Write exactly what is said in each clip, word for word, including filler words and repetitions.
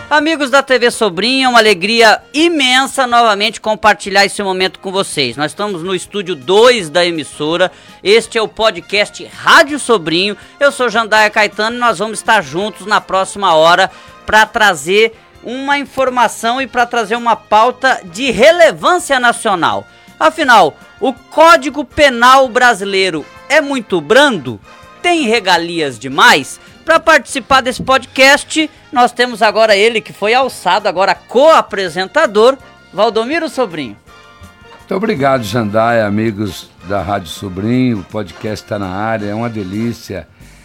Amigos da T V Sobrinho, é uma alegria imensa novamente compartilhar esse momento com vocês. Nós estamos no estúdio dois da emissora, este é o podcast Rádio Sobrinho. Eu sou Jandaia Caetano e nós vamos estar juntos na próxima hora para trazer uma informação e para trazer uma pauta de relevância nacional. Afinal, o Código Penal brasileiro é muito brando? Tem regalias demais? Para participar desse podcast, nós temos agora ele que foi alçado, agora co-apresentador, Valdomiro Sobrinho. Muito obrigado, Jandaia, amigos da Rádio Sobrinho. O podcast está na área, é uma delícia.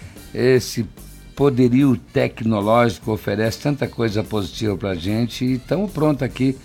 Esse poderio tecnológico oferece tanta coisa positiva para a gente e estamos prontos aqui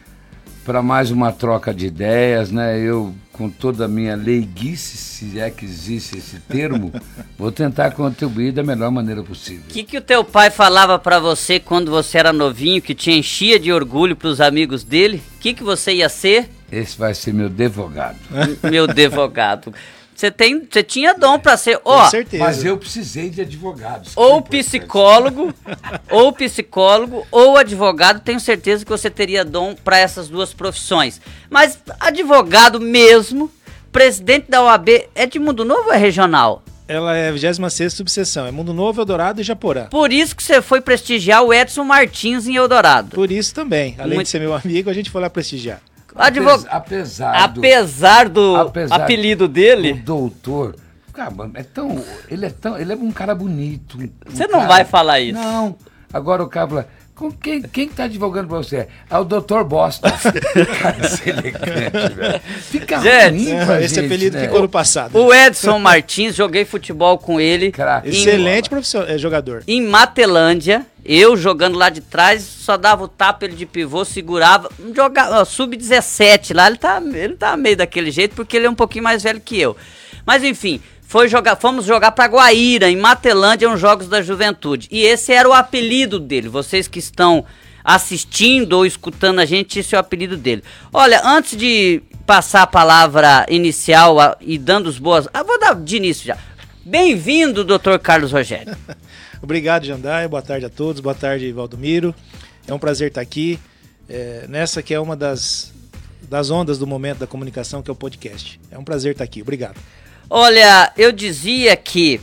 para mais uma troca de ideias, né? Eu, com toda a minha leiguice, se é que existe esse termo, vou tentar contribuir da melhor maneira possível. O que, que o teu pai falava para você quando você era novinho, que te enchia de orgulho para os amigos dele? O que, que você ia ser? Esse vai ser meu advogado. Meu advogado. Você tem, você tinha dom para ser, ó, Com certeza. Mas eu precisei de advogados. ou psicólogo, ou psicólogo, ou advogado. Tenho certeza que você teria dom para essas duas profissões. Mas advogado mesmo, presidente da O A B, é de Mundo Novo ou é regional? Ela é a vigésima sexta subseção, é Mundo Novo, Eldorado e Japorã. Por isso que você foi prestigiar o Edson Martins em Eldorado. Por isso também, além Muito... de ser meu amigo, a gente foi lá prestigiar. Advog... Apesar, do, apesar do apesar apelido dele, o doutor, cara, é tão, ele é tão, ele é um cara bonito. Um você não cara, vai falar isso. Não. Agora o cara fala, com quem, quem tá advogando pra você? É o doutor Bosta. Cara, esse elegante, velho. Fica gente, ruim pra esse gente, apelido né? ficou no passado. O Edson Martins, joguei futebol com ele. Craque. Excelente profissional, é, jogador. Em Matelândia, eu jogando lá de trás, só dava o tapa, ele de pivô, segurava, jogava, sub dezessete lá, ele tá, ele tá meio daquele jeito, porque ele é um pouquinho mais velho que eu. Mas enfim, foi jogar, fomos jogar pra Guaíra, em Matelândia, uns Jogos da Juventude. E esse era o apelido dele, vocês que estão assistindo ou escutando a gente, esse é o apelido dele. Olha, antes de passar a palavra inicial a, e dando os boas... Ah, vou dar de início já. Bem-vindo, doutor Carlos Rogério. Obrigado, Jandaia. Boa tarde a todos. Boa tarde, Valdomiro. É um prazer estar aqui é, nessa que é uma das, das ondas do momento da comunicação, que é o podcast. É um prazer estar aqui. Obrigado. Olha, eu dizia que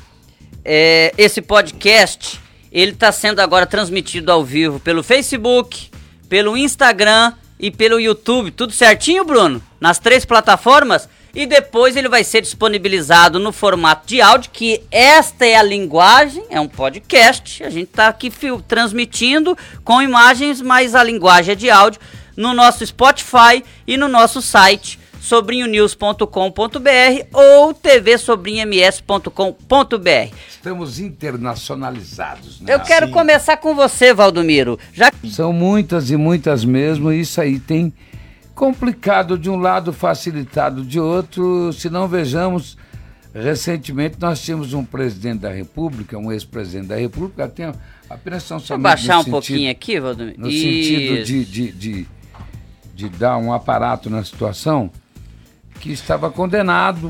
é, esse podcast, ele está sendo agora transmitido ao vivo pelo Facebook, pelo Instagram e pelo YouTube. Tudo certinho, Bruno? Nas três plataformas? E depois ele vai ser disponibilizado no formato de áudio, que esta é a linguagem, é um podcast. A gente está aqui fio, transmitindo com imagens, mas a linguagem é de áudio no nosso Spotify e no nosso site sobrinho news ponto com ponto br ou t v sobrinho m s ponto com ponto br. Estamos internacionalizados, né? Eu quero Sim. começar com você, Valdomiro. Já... São muitas e muitas mesmo, e isso aí tem complicado de um lado, facilitado de outro. Se não vejamos, recentemente nós tínhamos um presidente da República, um ex-presidente da República, tem apenas são Deixa eu somente baixar um sentido, pouquinho aqui, Valdomiro. no Isso. sentido de, de, de, de dar um aparato na situação, que estava condenado,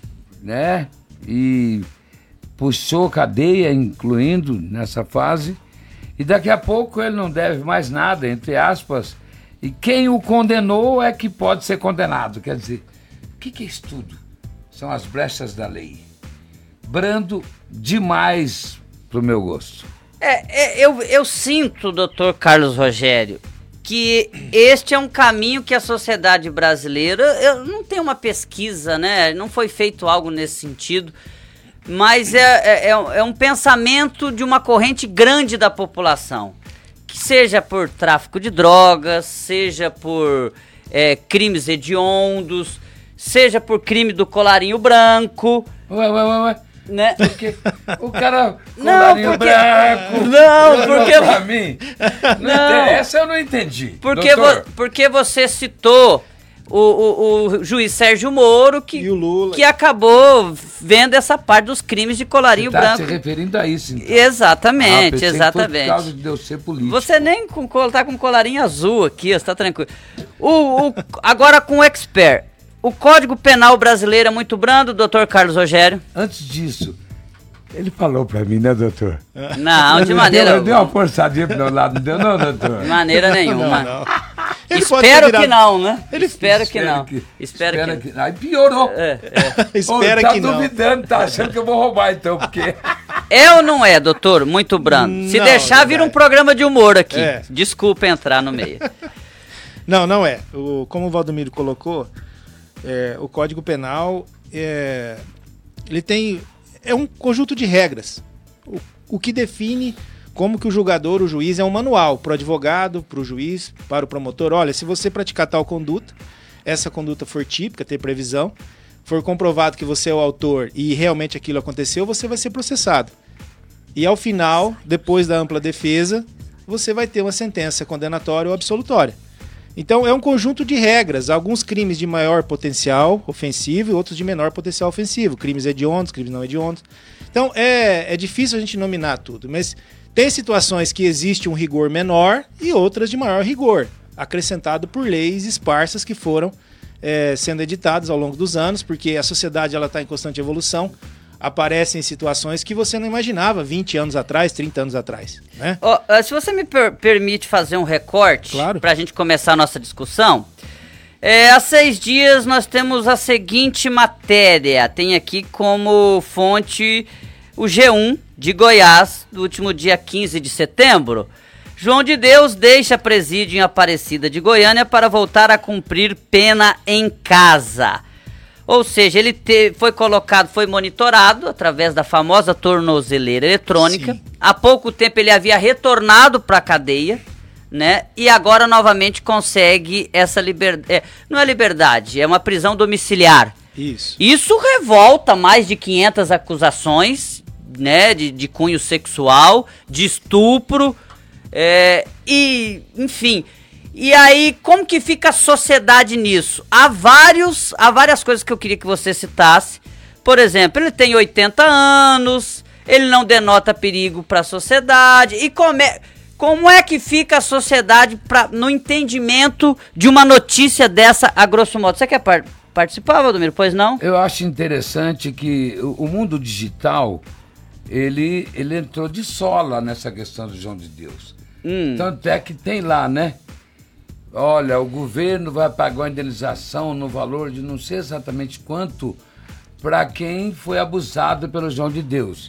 né, e puxou cadeia, incluindo nessa fase, e daqui a pouco ele não deve mais nada, entre aspas, e quem o condenou é que pode ser condenado. Quer dizer, o que, que é isso tudo? São as brechas da lei. Brando demais pro meu gosto. É, é, eu, eu sinto, doutor Carlos Rogério, que este é um caminho que a sociedade brasileira... Eu não tenho uma pesquisa, né? Não foi feito algo nesse sentido, mas é, é, é um pensamento de uma corrente grande da população. Que seja por tráfico de drogas, seja por é, crimes hediondos, seja por crime do colarinho branco. Ué, ué, ué, ué. Né? Porque o cara Não, colarinho porque- branco. Não, porque- Pra mim. Não Não. ente- Essa eu não entendi. Porque, Doutor, vo- porque você citou o, o, o juiz Sérgio Moro, que, E o Lula. que acabou vendo essa parte dos crimes de colarinho você tá branco. se referindo a isso, então. Exatamente, Ah, pensei que foi exatamente. por causa de eu ser político. Você nem com, col- tá com colarinho azul aqui, você tá tranquilo. O, o, agora com o expert. O Código Penal brasileiro é muito brando, doutor Carlos Rogério? Antes disso, Ele falou pra mim, né, doutor? Não, de Ele maneira... Deu, deu uma forçadinha pro meu lado, não deu não, doutor? De maneira nenhuma. Não, não. Ele Espero virado... que não, né? Ele... Espero que não. Que, espero, espero que... que... Aí piorou. É, é. Espera Ô, tá que não. Tá duvidando, tá achando que eu vou roubar então, porque... É ou não é, doutor? Muito brando. Se Não, deixar, não vira vai. um programa de humor aqui. É. Desculpa entrar no meio. Não, não é. O, como o Valdomiro colocou, é, o Código Penal é, ele tem é um conjunto de regras. O, o que define como que o julgador, o juiz, é um manual para o advogado, para o juiz, para o promotor. Olha, se você praticar tal conduta, essa conduta for típica, ter previsão, for comprovado que você é o autor e realmente aquilo aconteceu, você vai ser processado. E ao final, depois da ampla defesa, você vai ter uma sentença condenatória ou absolutória. Então é um conjunto de regras, alguns crimes de maior potencial ofensivo e outros de menor potencial ofensivo, crimes hediondos, crimes não hediondos. Então é, é difícil a gente nominar tudo, mas tem situações que existe um rigor menor e outras de maior rigor, acrescentado por leis esparsas que foram é, sendo editadas ao longo dos anos, porque a sociedade ela está em constante evolução. Aparecem situações que você não imaginava vinte anos atrás, trinta anos atrás, né? Oh, uh, se você me per permite fazer um recorte, claro, para a gente começar a nossa discussão, é, há seis dias nós temos a seguinte matéria, tem aqui como fonte o G um de Goiás, do último dia quinze de setembro. João de Deus deixa presídio em Aparecida de Goiânia para voltar a cumprir pena em casa. Ou seja, ele te, foi colocado, foi monitorado através da famosa tornozeleira eletrônica. Sim. Há pouco tempo ele havia retornado para a cadeia, né? E agora novamente consegue essa liberdade. É, não é liberdade, é uma prisão domiciliar. Isso. Isso revolta mais de quinhentas acusações, né? De, de cunho sexual, de estupro, é, e enfim... E aí, como que fica a sociedade nisso? Há, vários, há várias coisas que eu queria que você citasse. Por exemplo, ele tem oitenta anos, ele não denota perigo para a sociedade. E como é, como é que fica a sociedade pra, no entendimento de uma notícia dessa, a grosso modo? Você quer par participar, Valdomiro? Pois não? Eu acho interessante que o, o mundo digital, ele, ele entrou de sola nessa questão do João de Deus. Hum. Tanto é que tem lá, né? Olha, o governo vai pagar uma indenização no valor de não sei exatamente quanto para quem foi abusado pelo João de Deus.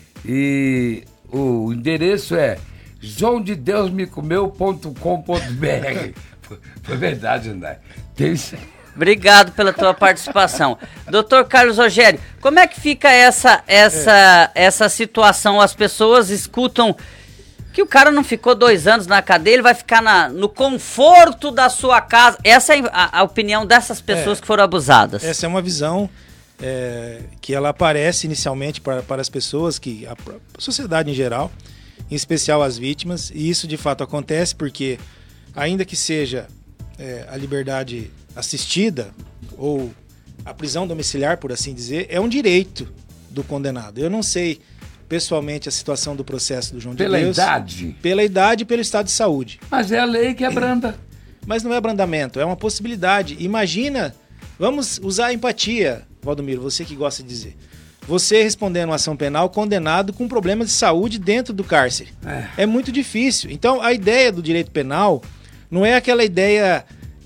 E o endereço é joão de deus me comeu ponto com ponto br. Foi verdade, André. Tem isso aí. Obrigado pela tua participação. doutor Carlos Rogério, como é que fica essa, essa, é. essa situação? As pessoas escutam... que o cara não ficou dois anos na cadeia, ele vai ficar na, no conforto da sua casa. Essa é a, a opinião dessas pessoas é, que foram abusadas. Essa é uma visão é, que ela aparece inicialmente para, para as pessoas, que a, a sociedade em geral, em especial as vítimas, e isso de fato acontece porque, ainda que seja é, a liberdade assistida, ou a prisão domiciliar, por assim dizer, é um direito do condenado. Eu não sei... pessoalmente a situação do processo do João de Deus. Pela idade? Pela idade e pelo estado de saúde. Mas é a lei que é branda. Mas não é abrandamento, é uma possibilidade. Imagina, vamos usar a empatia, Valdomiro, você que gosta de dizer. Você respondendo uma ação penal condenado com problemas de saúde dentro do cárcere. É, é muito difícil. Então a ideia do direito penal não é aquela ideia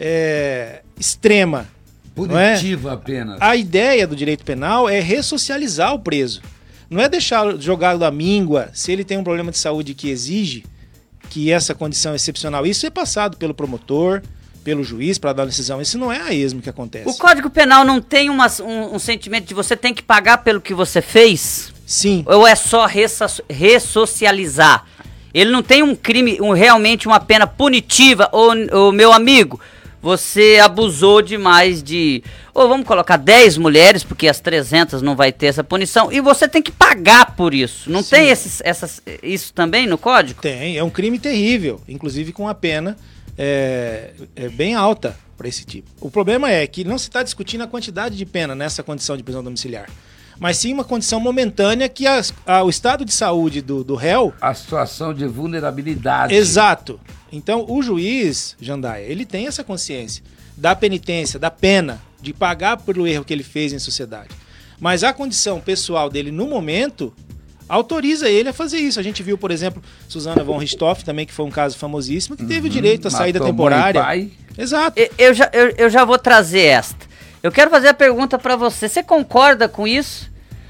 é, extrema. Punitiva não é? apenas. A ideia do direito penal é ressocializar o preso. Não é deixar jogado à míngua se ele tem um problema de saúde que exige que essa condição é excepcional. Isso é passado pelo promotor, pelo juiz para dar decisão. Isso não é a esmo que acontece. O Código Penal não tem uma, um, um sentimento de você tem que pagar pelo que você fez? Sim. Ou é só ressocializar? Ele não tem um crime, um, realmente uma pena punitiva, ou, ou meu amigo... Você abusou demais de... Ou vamos colocar dez mulheres, porque as trezentas não vai ter essa punição. E você tem que pagar por isso. Não Sim. tem esses, essas, isso também no código? Tem, é um crime terrível. Inclusive com a pena é, é bem alta para esse tipo. O problema é que não se está discutindo a quantidade de pena nessa condição de prisão domiciliar. Mas sim uma condição momentânea que a, a, o estado de saúde do, do réu... A situação de vulnerabilidade. Exato. Então, o juiz, Jandaia, ele tem essa consciência da penitência, da pena, de pagar pelo erro que ele fez em sociedade. Mas a condição pessoal dele, no momento, autoriza ele a fazer isso. A gente viu, por exemplo, Susana von Richthofen também, que foi um caso famosíssimo, que teve uhum, o direito à saída temporária. Pai. Exato. Eu, eu, já, eu, eu já vou trazer esta. Eu quero fazer a pergunta para você. Você concorda com isso?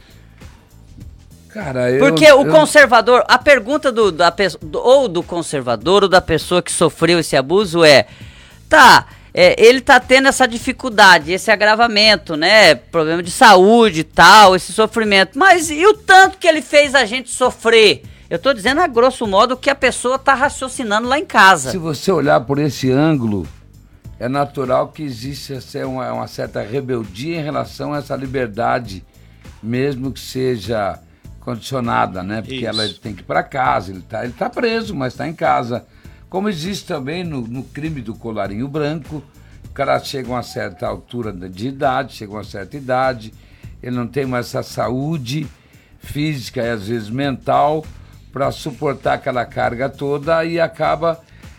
Cara, eu, Porque eu... o conservador, a pergunta do, da, do, ou do conservador ou da pessoa que sofreu esse abuso é, tá... É, ele tá tendo essa dificuldade, esse agravamento, né? Problema de saúde e tal, esse sofrimento. Mas e o tanto que ele fez a gente sofrer? Eu tô dizendo a grosso modo o que a pessoa tá raciocinando lá em casa. Se você olhar por esse ângulo, é natural que exista uma, uma certa rebeldia em relação a essa liberdade, mesmo que seja condicionada, né? Porque Isso. ela tem que ir para casa, ele tá, ele tá preso, mas tá em casa. Como existe também no, no crime do colarinho branco, o cara chega a uma certa altura de idade, chega a uma certa idade, ele não tem mais essa saúde física e às vezes mental para suportar aquela carga toda e acaba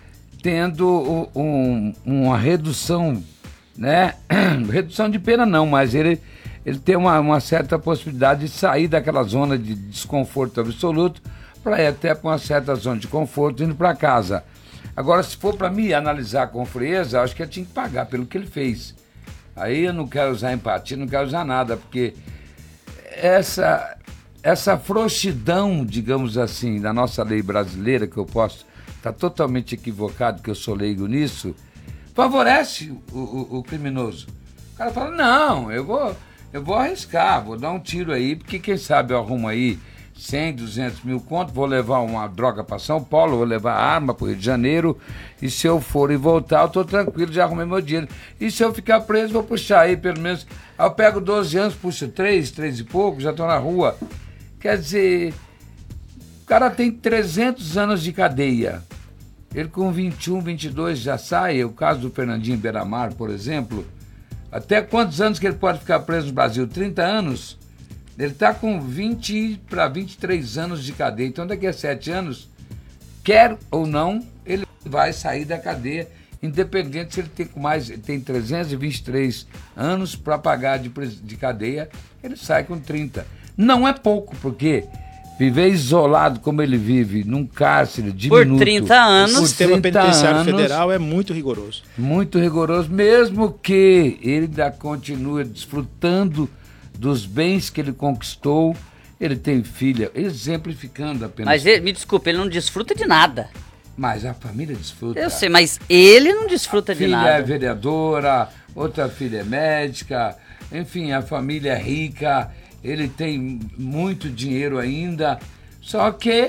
tendo um, uma redução, né? Redução de pena não, mas ele, ele tem uma, uma certa possibilidade de sair daquela zona de desconforto absoluto para ir até para uma certa zona de conforto indo para casa. Agora, se for para mim analisar com frieza, acho que eu tinha que pagar pelo que ele fez. Aí eu não quero usar empatia, não quero usar nada, porque essa, essa frouxidão, digamos assim, da nossa lei brasileira, que eu posso estar totalmente equivocado, que eu sou leigo nisso, favorece o, o, o criminoso. O cara fala, não, eu vou, eu vou arriscar, vou dar um tiro aí, porque quem sabe eu arrumo aí cem, duzentos mil conto, vou levar uma droga para São Paulo, vou levar arma para o Rio de Janeiro, e se eu for e voltar, eu estou tranquilo, já arrumei meu dinheiro. E se eu ficar preso, vou puxar aí pelo menos, aí eu pego doze anos, puxo três, três e pouco, já estou na rua. Quer dizer, o cara tem trezentos anos de cadeia, ele com vinte e um, vinte e dois já sai, o caso do Fernandinho Beiramar, por exemplo, até quantos anos que ele pode ficar preso no Brasil? trinta anos? Ele está com vinte para vinte e três anos de cadeia, então daqui a sete anos, quer ou não, ele vai sair da cadeia, independente se ele tem, com mais, ele tem trezentos e vinte e três anos para pagar de, de cadeia, ele sai com trinta. Não é pouco, porque viver isolado como ele vive, num cárcere diminuto... Por trinta anos. O sistema penitenciário anos, federal é muito rigoroso. Muito rigoroso, mesmo que ele ainda continue desfrutando dos bens que ele conquistou, ele tem filha, exemplificando apenas... Mas ele, me desculpe, ele não desfruta de nada. Mas a família desfruta. Eu sei, mas ele não desfruta de nada. A filha é vereadora, outra filha é médica, enfim, a família é rica, ele tem muito dinheiro ainda, só que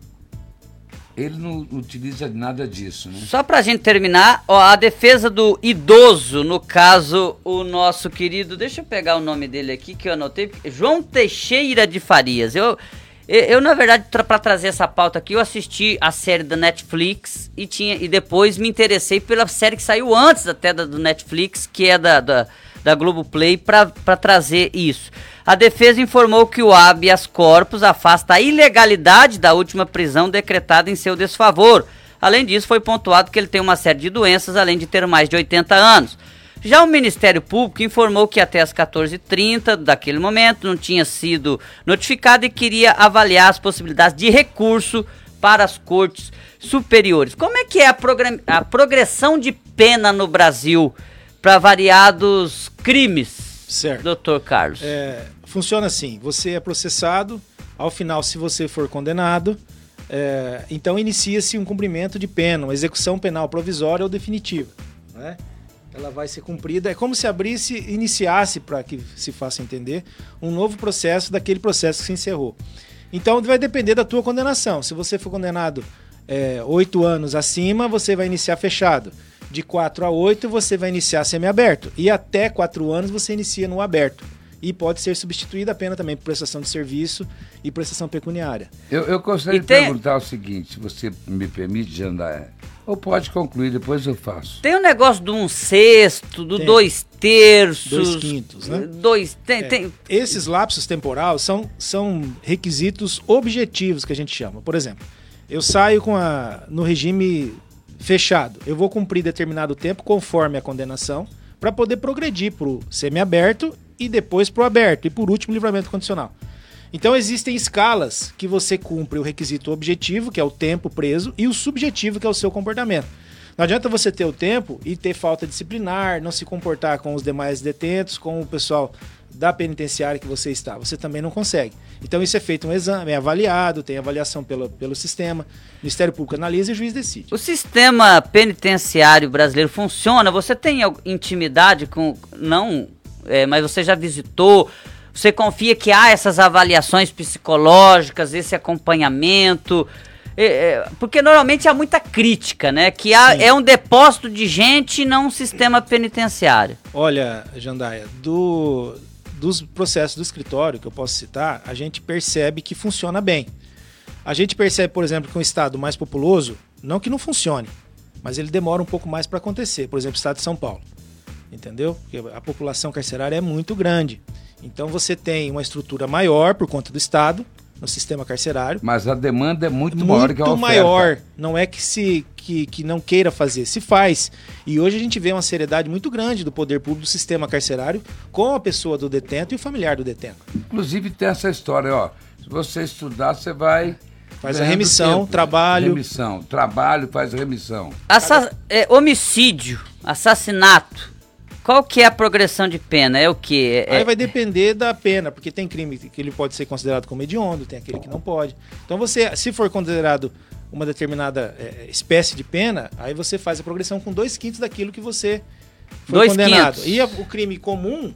ele não utiliza nada disso, né? Só pra gente terminar, ó, a defesa do idoso, no caso, o nosso querido, deixa eu pegar o nome dele aqui que eu anotei, João Teixeira de Farias. Eu, eu, eu na verdade, tra, pra trazer essa pauta aqui, eu assisti a série da Netflix e, tinha, e depois me interessei pela série que saiu antes até da, do Netflix, que é da, da, da Globoplay, pra, pra trazer isso. A defesa informou que o habeas corpus afasta a ilegalidade da última prisão decretada em seu desfavor. Além disso, foi pontuado que ele tem uma série de doenças, além de ter mais de oitenta anos. Já o Ministério Público informou que até as quatorze e trinta daquele momento não tinha sido notificado e queria avaliar as possibilidades de recurso para as cortes superiores. Como é que é a, a progressão de pena no Brasil para variados crimes, certo, doutor Carlos? É, funciona assim, você é processado, ao final, se você for condenado, é, então inicia-se um cumprimento de pena, uma execução penal provisória ou definitiva, né? Ela vai ser cumprida, é como se abrisse, iniciasse, para que se faça entender, um novo processo daquele processo que se encerrou. Então vai depender da tua condenação. Se você for condenado é, oito anos acima, você vai iniciar fechado. De quatro a oito você vai iniciar semiaberto. E até quatro anos você inicia no aberto. E pode ser substituída a pena também por prestação de serviço e prestação pecuniária. Eu, eu gostaria e de tem... perguntar o seguinte, se você me permite, Jandaia, ou pode concluir, depois eu faço. Tem um negócio do um sexto, do tem. dois terços... Dois quintos, né? Dois, tem, é, tem... Esses lapsos temporais são, são requisitos objetivos que a gente chama. Por exemplo, eu saio com a, no regime fechado. Eu vou cumprir determinado tempo conforme a condenação para poder progredir para o semiaberto e depois para o aberto. E por último, livramento condicional. Então existem escalas que você cumpre o requisito objetivo, que é o tempo preso, e o subjetivo, que é o seu comportamento. Não adianta você ter o tempo e ter falta disciplinar, não se comportar com os demais detentos, com o pessoal da penitenciária que você está. Você também não consegue. Então isso é feito um exame, é avaliado, tem avaliação pelo, pelo sistema, o Ministério Público analisa e o juiz decide. O sistema penitenciário brasileiro funciona? Você tem intimidade com... Não, é, mas você já visitou... Você confia que há essas avaliações psicológicas, esse acompanhamento? É, é, porque normalmente há muita crítica, né? Que há, é um depósito de gente e não um sistema penitenciário. Olha, Jandaia, do, dos processos do escritório que eu posso citar, a gente percebe que funciona bem. A gente percebe, por exemplo, que um estado mais populoso, não que não funcione, mas ele demora um pouco mais para acontecer. Por exemplo, o estado de São Paulo. Entendeu? Porque a população carcerária é muito grande. Então você tem uma estrutura maior por conta do Estado, no sistema carcerário. Mas a demanda é muito, muito maior que a oferta. Muito maior. Não é que, se, que, que não queira fazer, se faz. E hoje a gente vê uma seriedade muito grande do poder público do sistema carcerário com a pessoa do detento e o familiar do detento. Inclusive tem essa história, ó. Se você estudar, você vai... Faz a remissão, tempo. trabalho... Remissão, trabalho, faz a remissão. Assa é, homicídio, assassinato. Qual que é a progressão de pena? É o quê? É... Aí vai depender da pena, porque tem crime que ele pode ser considerado como hediondo, tem aquele que não pode. Então você, se for considerado uma determinada é, espécie de pena, aí você faz a progressão com dois quintos daquilo que você foi dois condenado. Quintos. E a, o crime comum,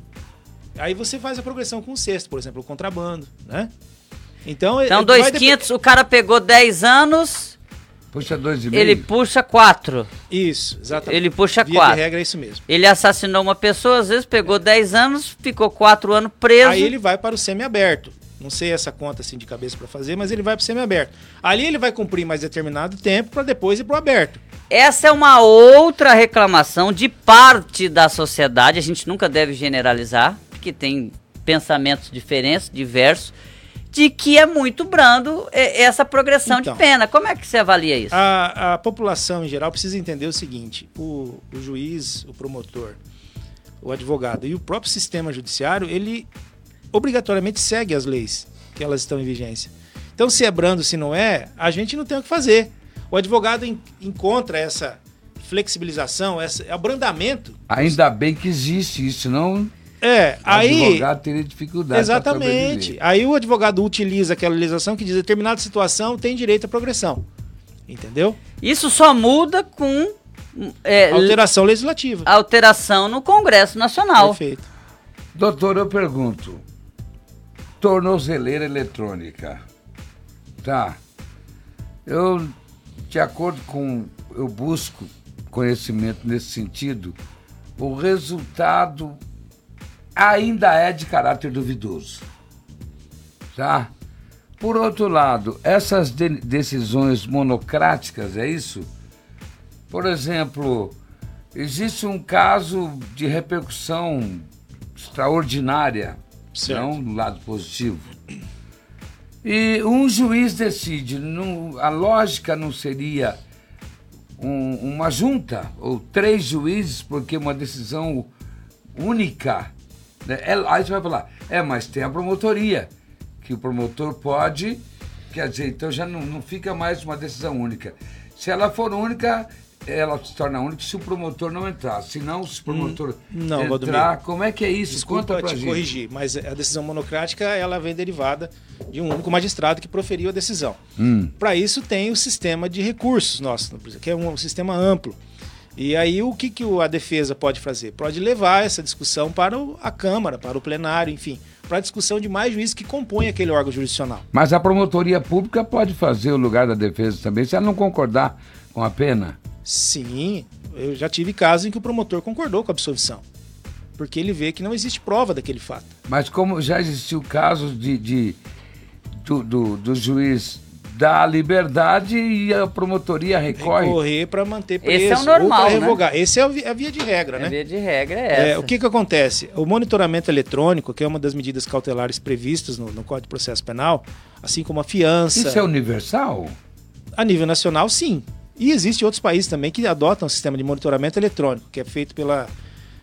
aí você faz a progressão com o sexto, por exemplo, o contrabando, né? Então, então dois quintos, dep... o cara pegou dez anos... Puxa dois e meio. Ele puxa quatro. Isso, exatamente. Ele puxa Via quatro. de regra é isso mesmo. Ele assassinou uma pessoa, às vezes pegou dez anos, ficou quatro anos preso. Aí ele vai para o semiaberto. Não sei essa conta assim de cabeça para fazer, mas ele vai para o semiaberto. Ali ele vai cumprir mais determinado tempo para depois ir para o aberto. Essa é uma outra reclamação de parte da sociedade. A gente nunca deve generalizar, porque tem pensamentos diferentes, diversos. De que é muito brando essa progressão então, de pena. Como é que você avalia isso? A, a população em geral precisa entender o seguinte: o, o juiz, o promotor, o advogado e o próprio sistema judiciário, ele obrigatoriamente segue as leis que elas estão em vigência. Então, se é brando, se não é, a gente não tem o que fazer. O advogado en, encontra essa flexibilização, esse abrandamento. Ainda bem que existe isso, não... É, o aí... advogado teria dificuldade. Exatamente. Aí o advogado utiliza aquela legislação que diz que determinada situação tem direito à progressão. Entendeu? Isso só muda com... É, alteração legislativa. Alteração no Congresso Nacional. Perfeito. Doutor, eu pergunto. Tornozeleira eletrônica. Tá. Eu, de acordo com... Eu busco conhecimento nesse sentido. O resultado... ainda é de caráter duvidoso, tá? Por outro lado, essas de- decisões monocráticas, é isso? Por exemplo, existe um caso de repercussão extraordinária, certo, não no lado positivo, e um juiz decide, não, a lógica não seria um, uma junta, ou três juízes, porque uma decisão única... É, aí você vai falar, é, mas tem a promotoria, que o promotor pode, quer dizer, então já não, não fica mais uma decisão única. Se ela for única, ela se torna única se o promotor não entrar. Se não, se o promotor não, entrar, Valdomiro, como é que é isso? Desculpa Conta pra te gente. corrigir, mas a decisão monocrática, ela vem derivada de um único magistrado que proferiu a decisão. Hum. Para isso tem o sistema de recursos nosso, que é um sistema amplo. E aí o que, que a defesa pode fazer? Pode levar essa discussão para a Câmara, para o plenário, enfim, para a discussão de mais juízes que compõem aquele órgão jurisdicional. Mas a promotoria pública pode fazer o lugar da defesa também, se ela não concordar com a pena? Sim, eu já tive casos em que o promotor concordou com a absolvição, porque ele vê que não existe prova daquele fato. Mas como já existiu casos de, de, do, do, do juiz... dá a liberdade e a promotoria recorre. Recorrer para manter preso. Esse é o normal, ou para revogar. Né? Esse é a via de regra, a né? A via de regra é essa. É, o que que acontece? O monitoramento eletrônico, que é uma das medidas cautelares previstas no, no Código de Processo Penal, assim como a fiança... Isso é universal? A nível nacional, sim. E existem outros países também que adotam o sistema de monitoramento eletrônico, que é feito pela,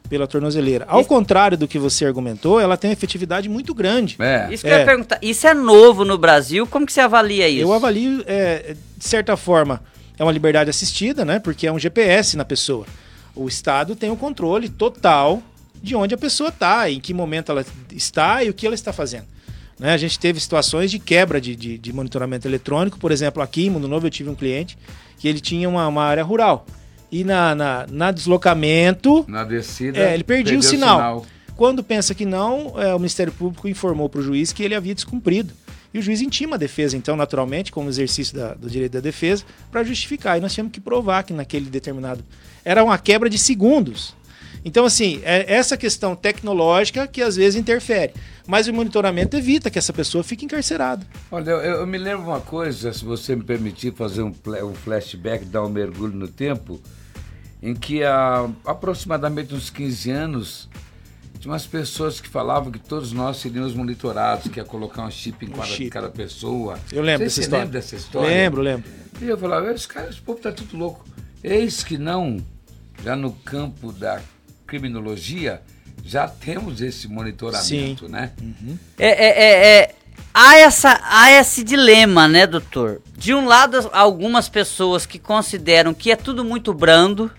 pela tornozeleira. Ao isso... contrário do que você argumentou, ela tem uma efetividade muito grande. É. Isso que é. eu ia perguntar. Isso é novo no Brasil? Como que você avalia isso? Eu avalio, é, de certa forma, é uma liberdade assistida, né? Porque é um G P S na pessoa. O Estado tem o controle total de onde a pessoa está, em que momento ela está e o que ela está fazendo. Né? A gente teve situações de quebra de, de, de monitoramento eletrônico. Por exemplo, aqui em Mundo Novo eu tive um cliente que ele tinha uma, uma área rural. E na, na, na deslocamento, na descida, é, ele perdia o sinal. o sinal. Quando pensa que não, é, o Ministério Público informou para o juiz que ele havia descumprido. E o juiz intima a defesa, então, naturalmente, como exercício da, do direito da defesa, para justificar. E nós tínhamos que provar que naquele determinado... Era uma quebra de segundos. Então, assim, é essa questão tecnológica que às vezes interfere. Mas o monitoramento evita que essa pessoa fique encarcerada. Olha, eu, eu me lembro uma coisa, se você me permitir fazer um, um flashback, dar um mergulho no tempo, em que há aproximadamente uns quinze anos, tinha umas pessoas que falavam que todos nós seríamos monitorados, que ia colocar um chip em cada, chip. cada pessoa. Eu lembro dessa história. Lembra dessa história? Lembro, lembro. E eu falava, esse cara, esse povo tá tudo louco. Eis que não, já no campo da criminologia, já temos esse monitoramento, Sim. né? Uhum. É, é, é, é, há, essa, há esse dilema, né, doutor? De um lado, algumas pessoas que consideram que é tudo muito brando,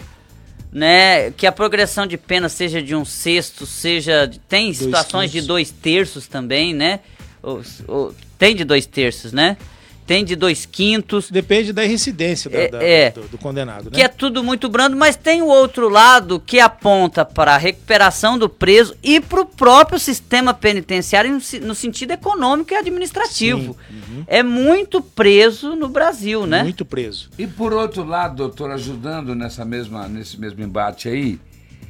né? Que a progressão de pena seja de um sexto, seja... Tem dois situações quintos. De dois terços também, né? Ou, ou, tem de dois terços, né? Tem de dois quintos. Depende da reincidência da, é, da, é, do, do condenado, né? Que é tudo muito brando, mas tem o outro lado que aponta para a recuperação do preso e para o próprio sistema penitenciário no, no sentido econômico e administrativo. Uhum. É muito preso no Brasil, né? Muito preso. E por outro lado, doutor, ajudando nessa mesma, nesse mesmo embate aí,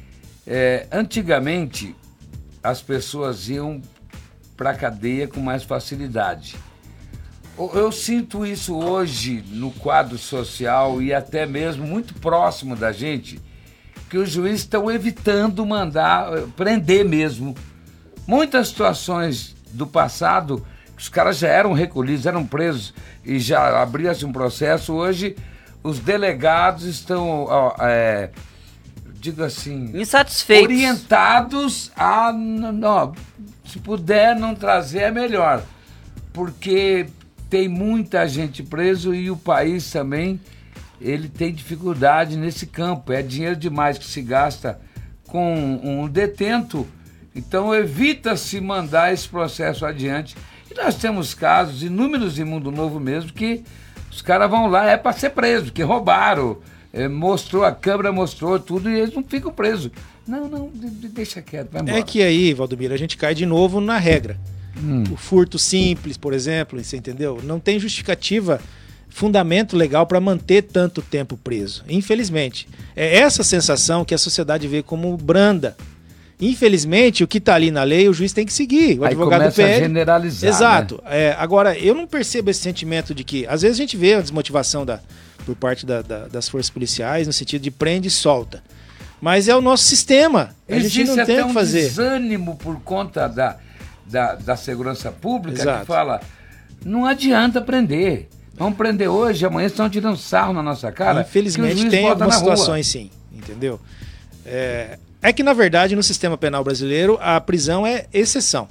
é, antigamente as pessoas iam para a cadeia com mais facilidade. Eu sinto isso hoje no quadro social e até mesmo muito próximo da gente, que os juízes estão evitando mandar prender mesmo. Muitas situações do passado, os caras já eram recolhidos, eram presos e já abria-se um processo. Hoje, os delegados estão, ó, é, digo assim... insatisfeitos. Orientados a, não, se puder não trazer é melhor, porque... Tem muita gente preso e o país também, ele tem dificuldade nesse campo. É dinheiro demais que se gasta com um detento. Então evita-se mandar esse processo adiante. E nós temos casos inúmeros em Mundo Novo mesmo, que os caras vão lá, é para ser preso, que roubaram, é, mostrou, a câmera mostrou tudo e eles não ficam presos. Não, não, deixa quieto, vai embora. É que aí, Valdomiro, a gente cai de novo na regra. Hum. O furto simples, por exemplo, você entendeu? Não tem justificativa, fundamento legal para manter tanto tempo preso. Infelizmente. É essa sensação que a sociedade vê como branda. Infelizmente, o que está ali na lei, o juiz tem que seguir. O Aí advogado começa P L. a generalizar. Exato. Né? É, agora, eu não percebo esse sentimento de que... Às vezes a gente vê a desmotivação da, por parte da, da, das forças policiais, no sentido de prende e solta. Mas é o nosso sistema. A Existe gente não tem o que fazer. Existe até um desânimo por conta da... Da, da segurança pública, Exato. Que fala, não adianta prender. Vamos prender hoje, amanhã estão tirando sarro na nossa cara. Infelizmente tem algumas situações sim, entendeu? É, é que na verdade no sistema penal brasileiro a prisão é exceção.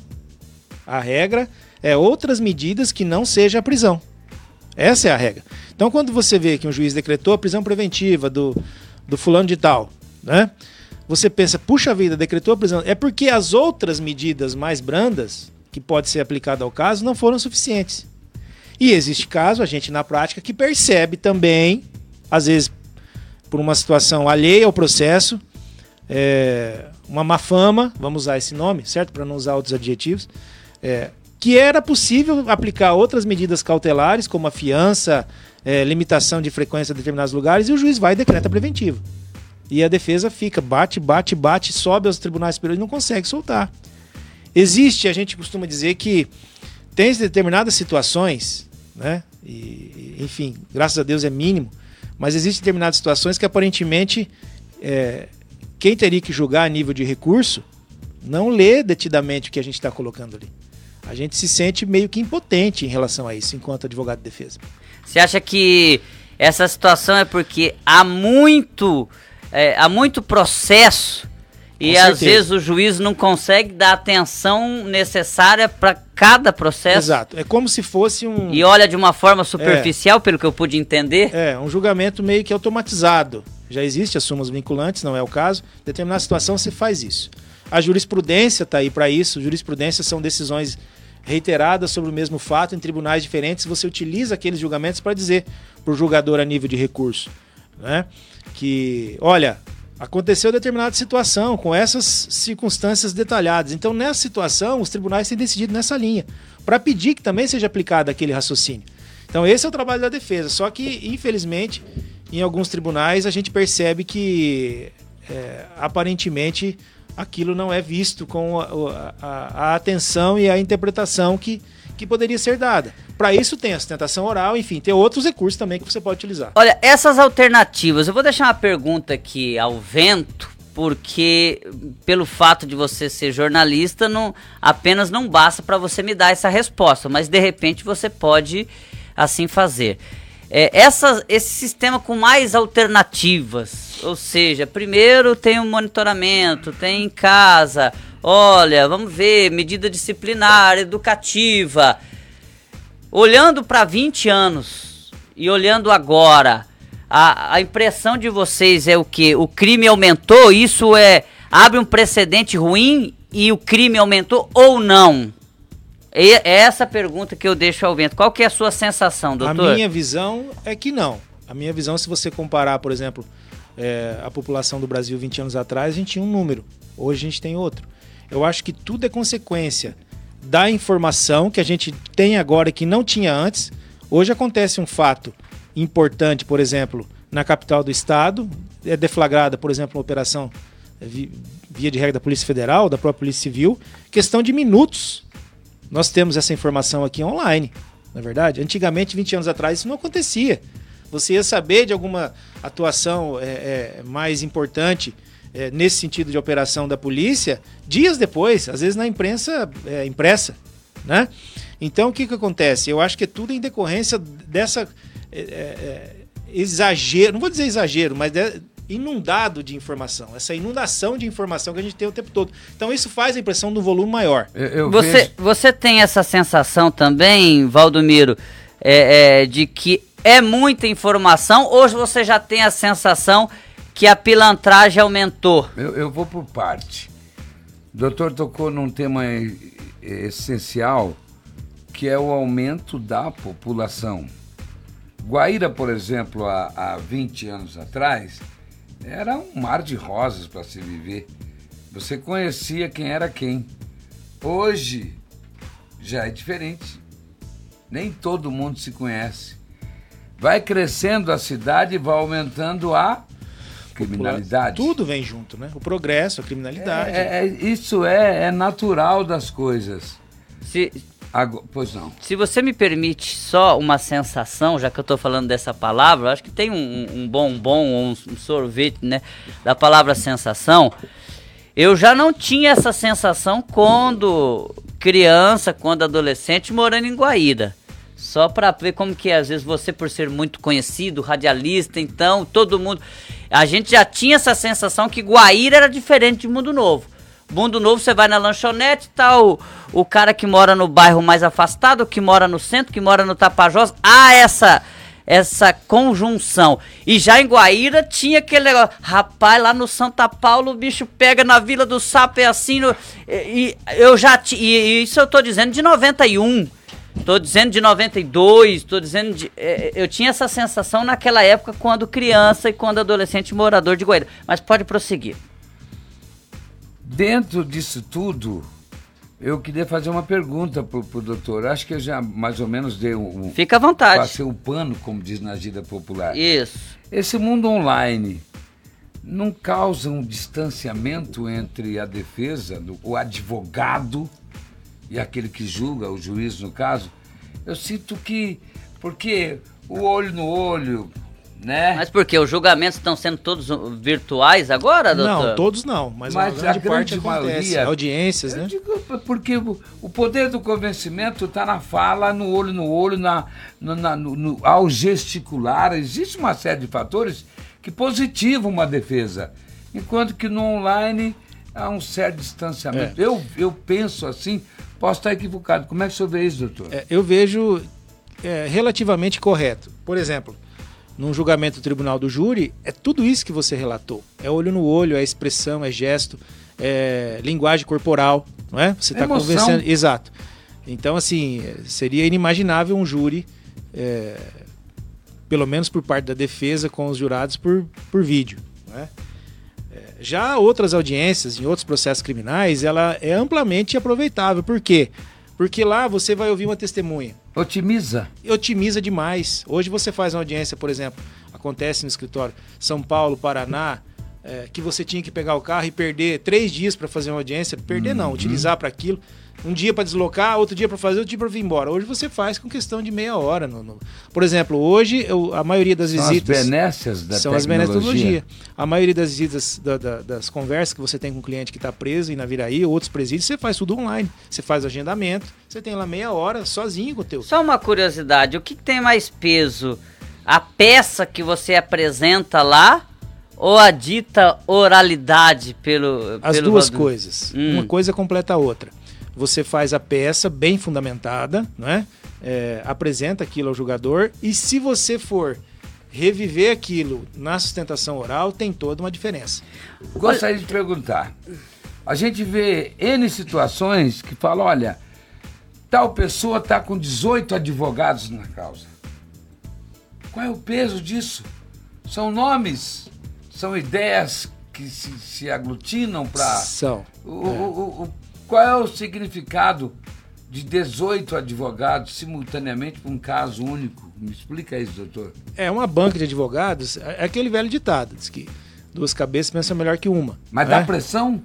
A regra é outras medidas que não seja a prisão. Essa é a regra. Então quando você vê que um juiz decretou a prisão preventiva do, do fulano de tal, né? Você pensa, puxa vida, decretou a prisão. É porque as outras medidas mais brandas, que pode ser aplicada ao caso, não foram suficientes. E existe caso, a gente na prática, que percebe também, às vezes por uma situação alheia ao processo, é, uma má fama, vamos usar esse nome, certo? Para não usar outros adjetivos, é, que era possível aplicar outras medidas cautelares, como a fiança, é, limitação de frequência em determinados lugares, e o juiz vai e decreta preventivo. E a defesa fica, bate, bate, bate, sobe aos tribunais superiores e não consegue soltar. Existe, a gente costuma dizer que tem determinadas situações, né? E, enfim, graças a Deus é mínimo, mas existem determinadas situações que aparentemente é, quem teria que julgar a nível de recurso não lê detidamente o que a gente está colocando ali. A gente se sente meio que impotente em relação a isso, enquanto advogado de defesa. Você acha que essa situação é porque há muito... É, há muito processo E às vezes o juiz não consegue dar a atenção necessária para cada processo. Exato. É como se fosse um... E olha de uma forma superficial, é, pelo que eu pude entender. É, um julgamento meio que automatizado. Já existe as súmulas vinculantes, não é o caso. Em determinada situação você faz isso. A jurisprudência está aí para isso. Jurisprudência são decisões reiteradas sobre o mesmo fato em tribunais diferentes. Você utiliza aqueles julgamentos para dizer para o julgador a nível de recurso, né, que, olha... aconteceu determinada situação, com essas circunstâncias detalhadas. Então, nessa situação, os tribunais têm decidido nessa linha, para pedir que também seja aplicado aquele raciocínio. Então, esse é o trabalho da defesa. Só que, infelizmente, em alguns tribunais, a gente percebe que, é, aparentemente, aquilo não é visto com a, a, a atenção e a interpretação que, que poderia ser dada. Para isso tem a sustentação oral, enfim, tem outros recursos também que você pode utilizar. Olha, essas alternativas, eu vou deixar uma pergunta aqui ao vento, porque pelo fato de você ser jornalista, não, apenas não basta para você me dar essa resposta, mas de repente você pode assim fazer. É, essa, esse sistema com mais alternativas, ou seja, primeiro tem um monitoramento, tem em casa, olha, vamos ver, medida disciplinar, educativa. Olhando para vinte anos e olhando agora, a, a impressão de vocês é o que? O crime aumentou? Isso é abre um precedente ruim e o crime aumentou ou não? E é essa pergunta que eu deixo ao vento. Qual que é a sua sensação, doutor? A minha visão é que não. A minha visão, se você comparar, por exemplo, é, a população do Brasil vinte anos atrás, a gente tinha um número. Hoje a gente tem outro. Eu acho que tudo é consequência da informação que a gente tem agora e que não tinha antes. Hoje acontece um fato importante, por exemplo, na capital do estado, é deflagrada, por exemplo, uma operação via de regra da Polícia Federal, da própria Polícia Civil, questão de minutos. Nós temos essa informação aqui online, não é verdade? Antigamente, vinte anos atrás, isso não acontecia. Você ia saber de alguma atuação é, é, mais importante É, nesse sentido de operação da polícia, dias depois, às vezes na imprensa é, impressa, né? Então, o que que acontece? Eu acho que é tudo em decorrência dessa é, é, exagero, não vou dizer exagero, mas de, inundado de informação, essa inundação de informação que a gente tem o tempo todo. Então, isso faz a impressão do volume maior. Eu, eu você, vejo... você tem essa sensação também, Valdomiro, é, é, de que é muita informação, ou você já tem a sensação que a pilantragem aumentou? Eu, eu vou por parte. O doutor tocou num tema essencial, que é o aumento da população. Guaíra, por exemplo, há, há vinte anos atrás, era um mar de rosas para se viver. Você conhecia quem era quem. Hoje, já é diferente. Nem todo mundo se conhece. Vai crescendo a cidade e vai aumentando a criminalidade. Tudo vem junto, né? O progresso, a criminalidade. É, é, isso é, é natural das coisas. Se, Agora, pois não. Se você me permite só uma sensação, já que eu estou falando dessa palavra, acho que tem um, um bombom ou um, um sorvete, né, da palavra sensação. Eu já não tinha essa sensação quando criança, quando adolescente, morando em Guaíra. Só para ver como que é, às vezes você, por ser muito conhecido, radialista, então, todo mundo... A gente já tinha essa sensação que Guaíra era diferente de Mundo Novo. Mundo Novo, você vai na lanchonete, tá o, o cara que mora no bairro mais afastado, que mora no centro, que mora no Tapajós. Há essa, essa conjunção. E já em Guaíra tinha aquele negócio, rapaz, lá no Santa Paula o bicho pega na Vila do Sapo, é assim, no, e, e eu já t, e isso eu tô dizendo de noventa e um. Tô dizendo de noventa e dois, tô dizendo de... É, eu tinha essa sensação naquela época quando criança e quando adolescente morador de Guaíra. Mas pode prosseguir. Dentro disso tudo, eu queria fazer uma pergunta pro, pro doutor. Acho que eu já mais ou menos dei um... Fica à vontade. Passei o pano, como diz na gíria popular. Isso. Esse mundo online não causa um distanciamento entre a defesa, do, o advogado... e aquele que julga, o juiz no caso? Eu sinto que, porque o olho no olho, né? Mas por quê? Os julgamentos estão sendo todos virtuais agora, doutor? Não, todos não, mas, mas uma grande, a grande parte maioria, acontece, audiências, eu né? Digo, porque o, o poder do convencimento está na fala, no olho no olho, na, no, na, no, no, ao gesticular. Existe uma série de fatores que positivam uma defesa, enquanto que no online... há um certo distanciamento. É. Eu, eu penso assim, posso estar equivocado. Como é que o senhor vê isso, doutor? É, eu vejo é, relativamente correto. Por exemplo, num julgamento do tribunal do júri, é tudo isso que você relatou. É olho no olho, é expressão, é gesto, é linguagem corporal, não é? Você está conversando. Exato. Então, assim, seria inimaginável um júri, é, pelo menos por parte da defesa, com os jurados por, por vídeo, não é? Já outras audiências, em outros processos criminais, ela é amplamente aproveitável. Por quê? Porque lá você vai ouvir uma testemunha. Otimiza. Otimiza demais. Hoje você faz uma audiência, por exemplo, acontece no escritório São Paulo, Paraná, é, que você tinha que pegar o carro e perder três dias para fazer uma audiência. Perder não, Uhum. utilizar para aquilo. Um dia para deslocar, outro dia para fazer, outro dia para vir embora. Hoje você faz com questão de meia hora. No, no... Por exemplo, hoje eu, a maioria das são visitas... As benécias da são tecnologia. as benécias da tecnologia. A maioria das visitas, da, da, das conversas que você tem com o cliente que está preso em Naviraí, outros presídios, você faz tudo online. Você faz agendamento, você tem lá meia hora sozinho com o teu... Só uma curiosidade, o que, que tem mais peso? A peça que você apresenta lá ou a dita oralidade pelo... As pelo duas Valdo... coisas. Hum. Uma coisa completa a outra. Você faz a peça bem fundamentada, não é? É, apresenta aquilo ao julgador e se você for reviver aquilo na sustentação oral, tem toda uma diferença. Gostaria de perguntar. A gente vê N situações que falam, olha, tal pessoa está com dezoito advogados na causa. Qual é o peso disso? São nomes, são ideias que se, se aglutinam para... São. O, é. o, o, qual é o significado de dezoito advogados simultaneamente para um caso único? Me explica isso, doutor. É uma banca de advogados, é aquele velho ditado, diz que duas cabeças pensam melhor que uma. Mas né? dá pressão?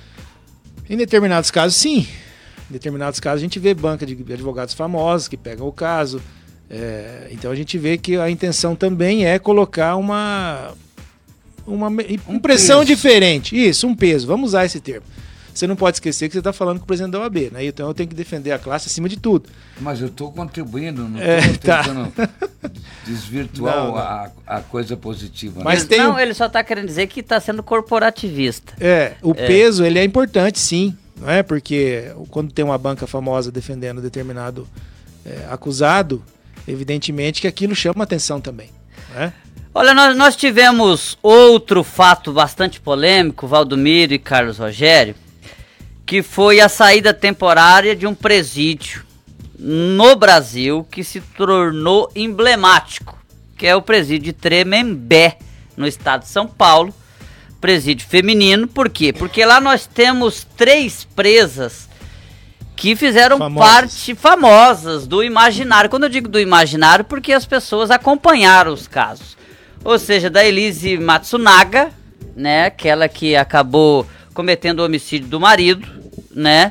Em determinados casos, sim. Em determinados casos, a gente vê banca de advogados famosos que pegam o caso. É, então, a gente vê que a intenção também é colocar uma, uma impressão um diferente. Isso, um peso. Vamos usar esse termo. Você não pode esquecer que você está falando com o presidente da O A B, né? Então eu tenho que defender a classe acima de tudo. Mas eu estou contribuindo, não é, estou tá. tentando desvirtuar não, não. A, a coisa positiva. Mas né? tem não, um... ele só está querendo dizer que está sendo corporativista. É, o é. peso ele é importante, sim, não é? Porque quando tem uma banca famosa defendendo determinado é, acusado, evidentemente que aquilo chama atenção também, né? Olha, nós, nós tivemos outro fato bastante polêmico, Valdomiro e Carlos Rogério, que foi a saída temporária de um presídio no Brasil que se tornou emblemático, que é o presídio de Tremembé, no estado de São Paulo, presídio feminino. Por quê? Porque lá nós temos três presas que fizeram famosas. parte famosas do imaginário. Quando eu digo do imaginário, porque as pessoas acompanharam os casos. Ou seja, da Elise Matsunaga, né, aquela que acabou cometendo o homicídio do marido, né?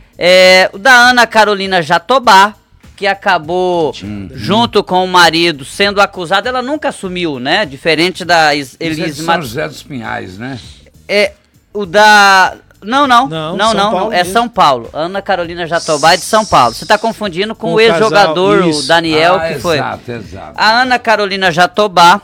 É, da Ana Carolina Jatobá, que acabou uhum. junto com o marido sendo acusada, ela nunca assumiu, né? Diferente da Elise Matsunaga. São José dos Pinhais, né? É, o da... Não, não, não, não, São não, é São Paulo. Ana Carolina Jatobá é de São Paulo. Você está confundindo com, com o ex-jogador, o Daniel, ah, que foi... Exato, exato. A Ana Carolina Jatobá,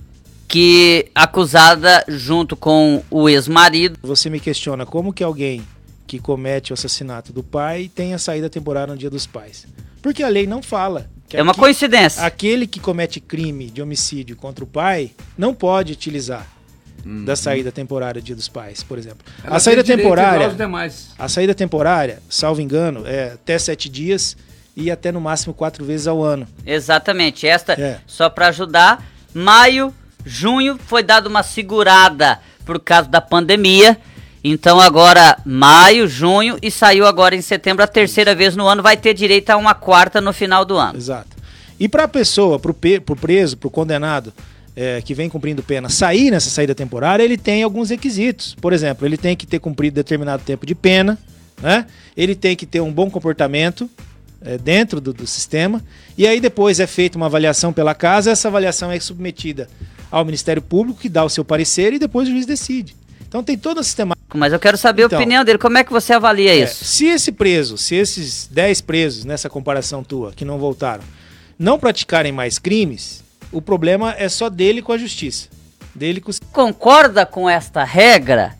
que acusada junto com o ex-marido. Você me questiona como que alguém que comete o assassinato do pai tem a saída temporária no Dia dos Pais. Porque a lei não fala. Que é uma aqui, coincidência. Aquele que comete crime de homicídio contra o pai não pode utilizar uhum. da saída temporária do Dia dos Pais, por exemplo. Ela a saída temporária, aos demais. A saída temporária, salvo engano, é até sete dias e até no máximo quatro vezes ao ano. Exatamente. Esta, é. só para ajudar, maio, junho foi dada uma segurada por causa da pandemia. Então agora maio, junho e saiu agora em setembro a terceira vez no ano, vai ter direito a uma quarta no final do ano. Exato. E para a pessoa, para o preso, para o condenado é, que vem cumprindo pena, sair nessa saída temporária, ele tem alguns requisitos. Por exemplo, ele tem que ter cumprido determinado tempo de pena, né? Ele tem que ter um bom comportamento é, dentro do, do sistema, e aí depois é feita uma avaliação pela casa, essa avaliação é submetida ao Ministério Público, que dá o seu parecer e depois o juiz decide. Então tem toda a sistemática. Mas eu quero saber então, a opinião dele, como é que você avalia é, isso? Se esse preso, se esses dez presos nessa comparação tua, que não voltaram, não praticarem mais crimes, o problema é só dele com a justiça. Dele com... Concorda com esta regra?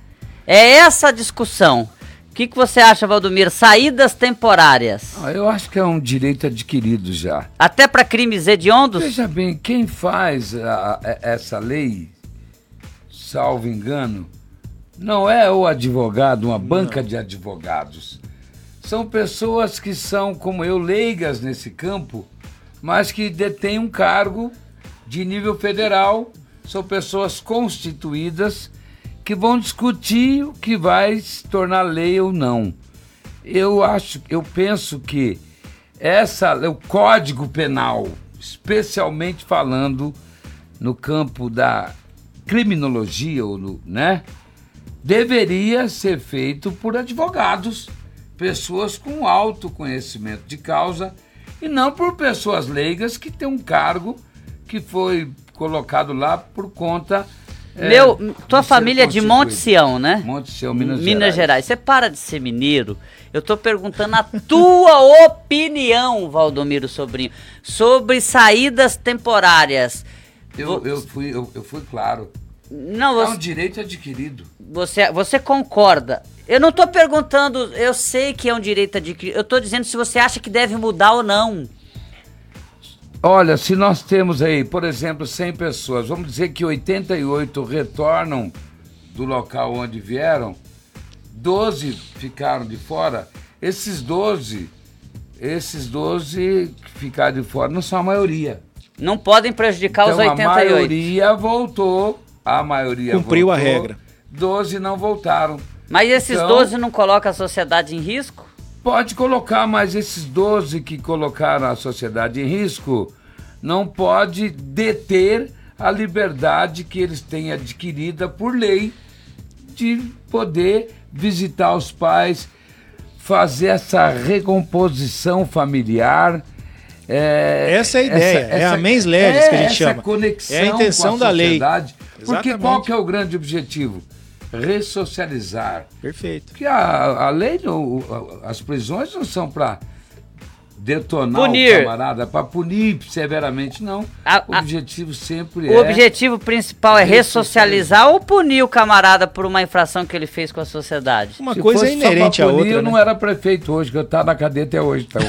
É essa a discussão. O que, que você acha, Valdomiro? Saídas temporárias. Ah, eu acho que é um direito adquirido já. Até para crimes hediondos? Veja bem, quem faz a, a, essa lei, salvo engano, não é o advogado, uma banca não. de advogados. São pessoas que são, como eu, leigas nesse campo, mas que detêm um cargo de nível federal. São pessoas constituídas que vão discutir o que vai se tornar lei ou não. Eu acho, eu penso que essa, o Código Penal, especialmente falando no campo da criminologia, ou no, né, deveria ser feito por advogados, pessoas com alto conhecimento de causa, e não por pessoas leigas que têm um cargo que foi colocado lá por conta... Meu, é, tua família é de Monte Sião, né? Monte Sião, Minas, Minas Gerais. Gerais. Você para de ser mineiro. Eu tô perguntando a tua opinião, Valdomiro Sobrinho, sobre saídas temporárias. Eu, eu, fui, eu, eu fui claro. Não, você, é um direito adquirido. Você, você concorda? Eu não tô perguntando, eu sei que é um direito adquirido. Eu tô dizendo se você acha que deve mudar ou não. Olha, se nós temos aí, por exemplo, cem pessoas, vamos dizer que oitenta e oito retornam do local onde vieram, doze ficaram de fora, esses doze, esses doze que ficaram de fora não são a maioria. Não podem prejudicar então, os oitenta e oito. a maioria voltou, a maioria Cumpriu voltou, a regra. doze não voltaram. Mas esses então, doze não colocam a sociedade em risco? Pode colocar, mas esses doze que colocaram a sociedade em risco não pode deter a liberdade que eles têm adquirida por lei de poder visitar os pais, fazer essa recomposição familiar. É, essa é a ideia, essa, é essa, a mens legis é que a gente essa chama. Conexão é a intenção com a da lei. Porque Exatamente. Qual que é o grande objetivo? Ressocializar. Perfeito. Porque a, a lei, o, as prisões não são para detonar punir. o camarada, para punir severamente, não. A, o objetivo sempre o é... O objetivo principal é ressocializar ou punir o camarada por uma infração que ele fez com a sociedade? Uma Se coisa é inerente à outra, eu né? não era prefeito hoje, que eu estava na cadeia até hoje, então.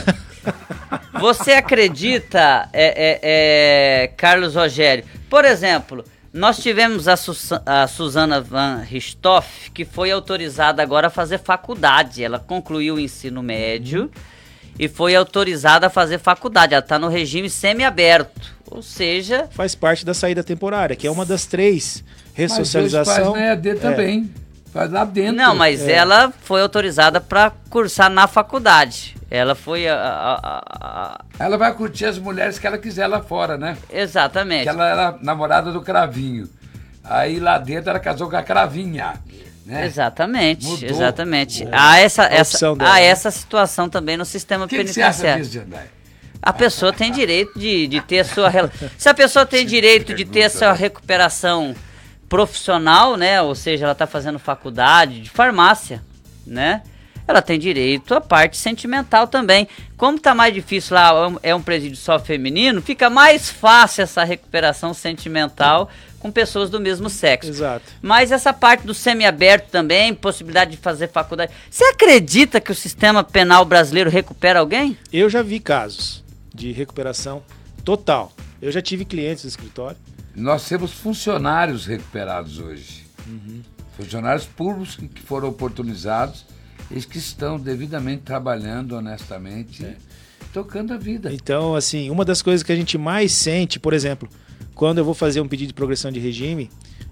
Você acredita, é, é, é, Carlos Rogério, por exemplo, nós tivemos a, Sus a Suzana Van Richthofen, que foi autorizada agora a fazer faculdade. Ela concluiu o ensino médio e foi autorizada a fazer faculdade. Ela está no regime semiaberto, ou seja... Faz parte da saída temporária, que é uma das três. Ressocialização. Mas faz na E A D também, é. faz lá dentro. Não, mas é. ela foi autorizada para cursar na faculdade. Ela foi a, a, a... Ela vai curtir as mulheres que ela quiser lá fora, né? Exatamente. Que ela era namorada do Cravinho. Aí lá dentro ela casou com a Cravinha. Né? Exatamente, Mudou. exatamente. Há essa, essa, dela, há né? essa situação também no sistema que penitenciário. Que você acha disso, Jandai? A pessoa tem direito de, de ter a sua... Se a pessoa tem direito de ter a sua recuperação profissional, né? Ou seja, ela está fazendo faculdade de farmácia, né? Ela tem direito à parte sentimental também. Como está mais difícil lá, é um presídio só feminino, fica mais fácil essa recuperação sentimental com pessoas do mesmo sexo. Exato. Mas essa parte do semiaberto também, possibilidade de fazer faculdade. Você acredita que o sistema penal brasileiro recupera alguém? Eu já vi casos de recuperação total. Eu já tive clientes do escritório. Nós temos funcionários recuperados hoje. Uhum. Funcionários públicos que foram oportunizados, eles que estão devidamente trabalhando honestamente, é. tocando a vida. Então, assim, uma das coisas que a gente mais sente, por exemplo, quando eu vou fazer um pedido de progressão de regime,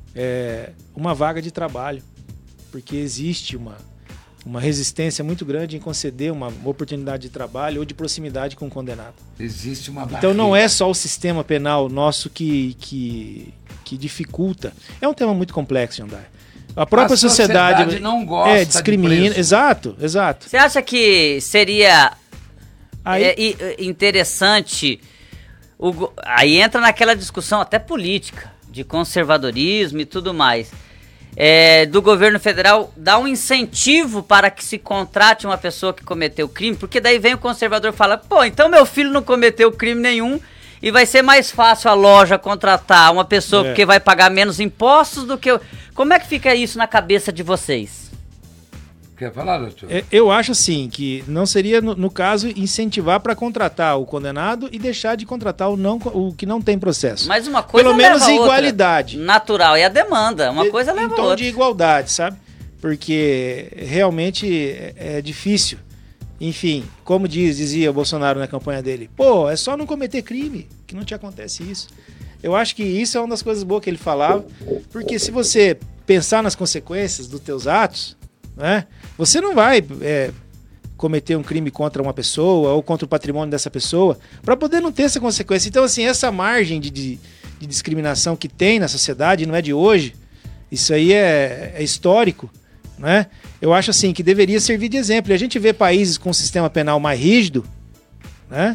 é uma vaga de trabalho. Porque existe uma, uma resistência muito grande em conceder uma oportunidade de trabalho ou de proximidade com o condenado. Existe uma barreira. Então não é só o sistema penal nosso que, que, que dificulta. É um tema muito complexo, Jandai. A própria a sociedade, sociedade não gosta é, discrimina. De exato, exato. Você acha que seria aí, é, interessante... O, aí entra naquela discussão até política, de conservadorismo e tudo mais. É, do governo federal dar um incentivo para que se contrate uma pessoa que cometeu crime, porque daí vem o conservador e fala, pô, então meu filho não cometeu crime nenhum e vai ser mais fácil a loja contratar uma pessoa é. porque vai pagar menos impostos do que... Eu... Como é que fica isso na cabeça de vocês? Quer falar, doutor? É, eu acho assim, que não seria, no, no caso, incentivar para contratar o condenado e deixar de contratar o, não, o que não tem processo. Mas uma coisa Pelo leva menos a outra. Natural. Natural, e a demanda, uma de, coisa leva em a tom outra. de igualdade, sabe? Porque realmente é, é difícil. Enfim, como diz, dizia o Bolsonaro na campanha dele, pô, é só não cometer crime, que não te acontece isso. Eu acho que isso é uma das coisas boas que ele falava, porque se você pensar nas consequências dos teus atos, né, você não vai é, cometer um crime contra uma pessoa ou contra o patrimônio dessa pessoa para poder não ter essa consequência. Então, assim, essa margem de, de, de discriminação que tem na sociedade, não é de hoje, isso aí é, é histórico, né? Eu acho assim que deveria servir de exemplo. E a gente vê países com um sistema penal mais rígido, né?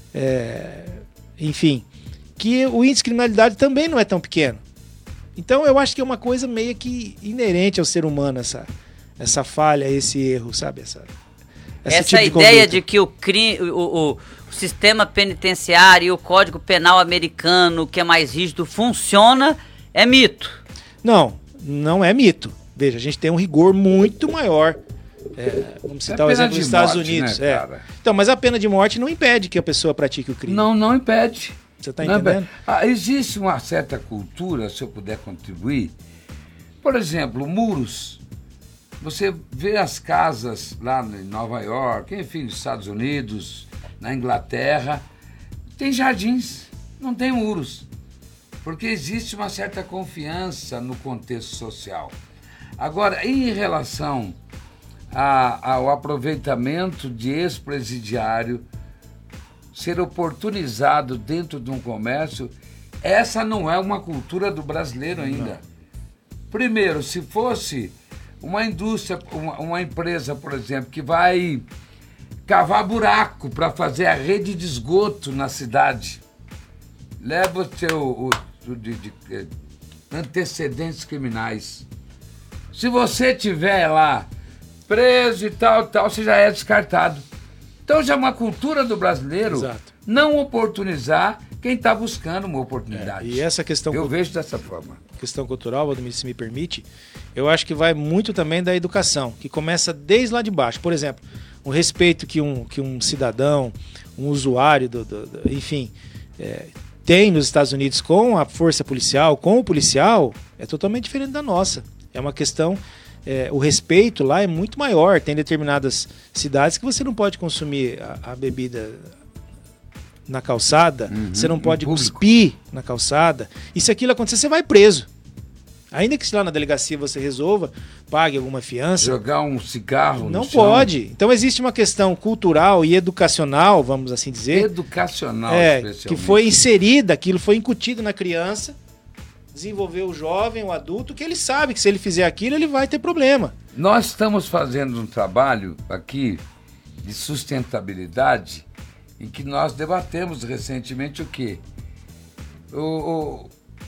É, enfim, que o índice de criminalidade também não é tão pequeno. Então eu acho que é uma coisa meio que inerente ao ser humano, essa, essa falha, esse erro, sabe? Essa, essa tipo de ideia conduta. de que o, crime, o, o, o sistema penitenciário e o Código Penal americano, que é mais rígido, funciona, é mito. Não, não é mito. Veja, a gente tem um rigor muito maior. É, vamos citar é o exemplo dos Estados morte, Unidos. Né, é. cara? Então, mas a pena de morte não impede que a pessoa pratique o crime. Não, não impede. Você está Não entendendo? Ah, existe uma certa cultura, se eu puder contribuir. Por exemplo, muros. Você vê as casas lá em Nova York, enfim, nos Estados Unidos, na Inglaterra, tem jardins, não tem muros. Porque existe uma certa confiança no contexto social. Agora, em relação a, ao aproveitamento de ex-presidiário ser oportunizado dentro de um comércio, essa não é uma cultura do brasileiro ainda. Não. Primeiro, se fosse uma indústria, uma, uma empresa, por exemplo, que vai cavar buraco para fazer a rede de esgoto na cidade, leva o seu o, o, de, de, de, antecedentes criminais. Se você tiver lá preso e tal, tal, você já é descartado. Então já é uma cultura do brasileiro Exato. Não oportunizar quem está buscando uma oportunidade. É, e essa questão eu vejo dessa forma. Questão cultural, Valdomiro, se me permite, eu acho que vai muito também da educação, que começa desde lá de baixo. Por exemplo, o respeito que um, que um cidadão, um usuário, do, do, do, enfim, é, tem nos Estados Unidos com a força policial, com o policial, é totalmente diferente da nossa. É uma questão, é, o respeito lá é muito maior. Tem determinadas cidades que você não pode consumir a, a bebida na calçada, uhum, você não pode cuspir na calçada. E se aquilo acontecer, você vai preso. Ainda que se lá na delegacia você resolva, pague alguma fiança. Jogar um cigarro não no chão. pode. Então existe uma questão cultural e educacional, vamos assim dizer. Educacional, é, especialmente. Que foi inserida, aquilo foi incutido na criança, desenvolveu o jovem, o adulto, que ele sabe que se ele fizer aquilo, ele vai ter problema. Nós estamos fazendo um trabalho aqui de sustentabilidade em que nós debatemos recentemente o quê? O, o,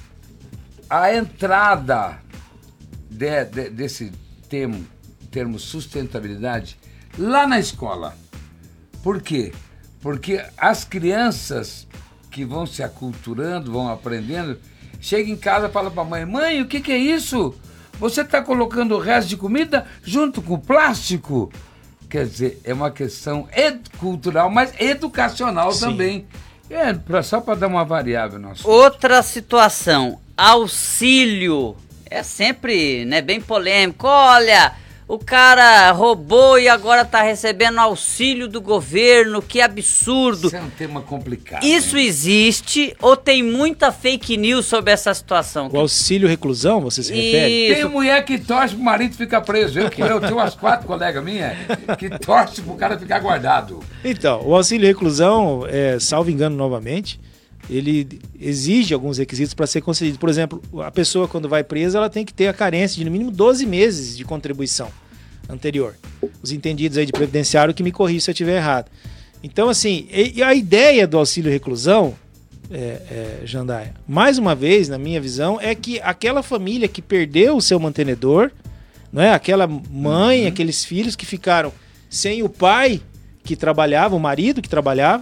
a entrada de, de, desse termo, termo sustentabilidade lá na escola. Por quê? Porque as crianças que vão se aculturando, vão aprendendo, chegam em casa e falam para a mãe, mãe, o que, que é isso? Você está colocando o resto de comida junto com o plástico? Quer dizer, é uma questão ed- cultural, mas educacional Sim. também. É, pra, só para dar uma variável. Nossa. Outra situação, auxílio. É sempre, né, bem polêmico. Olha, o cara roubou e agora tá recebendo auxílio do governo, que absurdo. Isso é um tema complicado. Isso hein? existe ou tem muita fake news sobre essa situação? O auxílio reclusão, você se refere? Isso. Tem mulher que torce pro marido ficar preso. Eu, eu tenho umas quatro colegas minhas que torcem pro cara ficar guardado. Então, o auxílio reclusão, é, salvo engano novamente, ele exige alguns requisitos para ser concedido. Por exemplo, a pessoa quando vai presa, ela tem que ter a carência de no mínimo doze meses de contribuição anterior. Os entendidos aí de previdenciário que me corrigem se eu estiver errado. Então, assim, e, e a ideia do auxílio reclusão, é, é, Jandaia, mais uma vez, na minha visão, é que aquela família que perdeu o seu mantenedor, não é? Aquela mãe, uhum. aqueles filhos que ficaram sem o pai que trabalhava, o marido que trabalhava,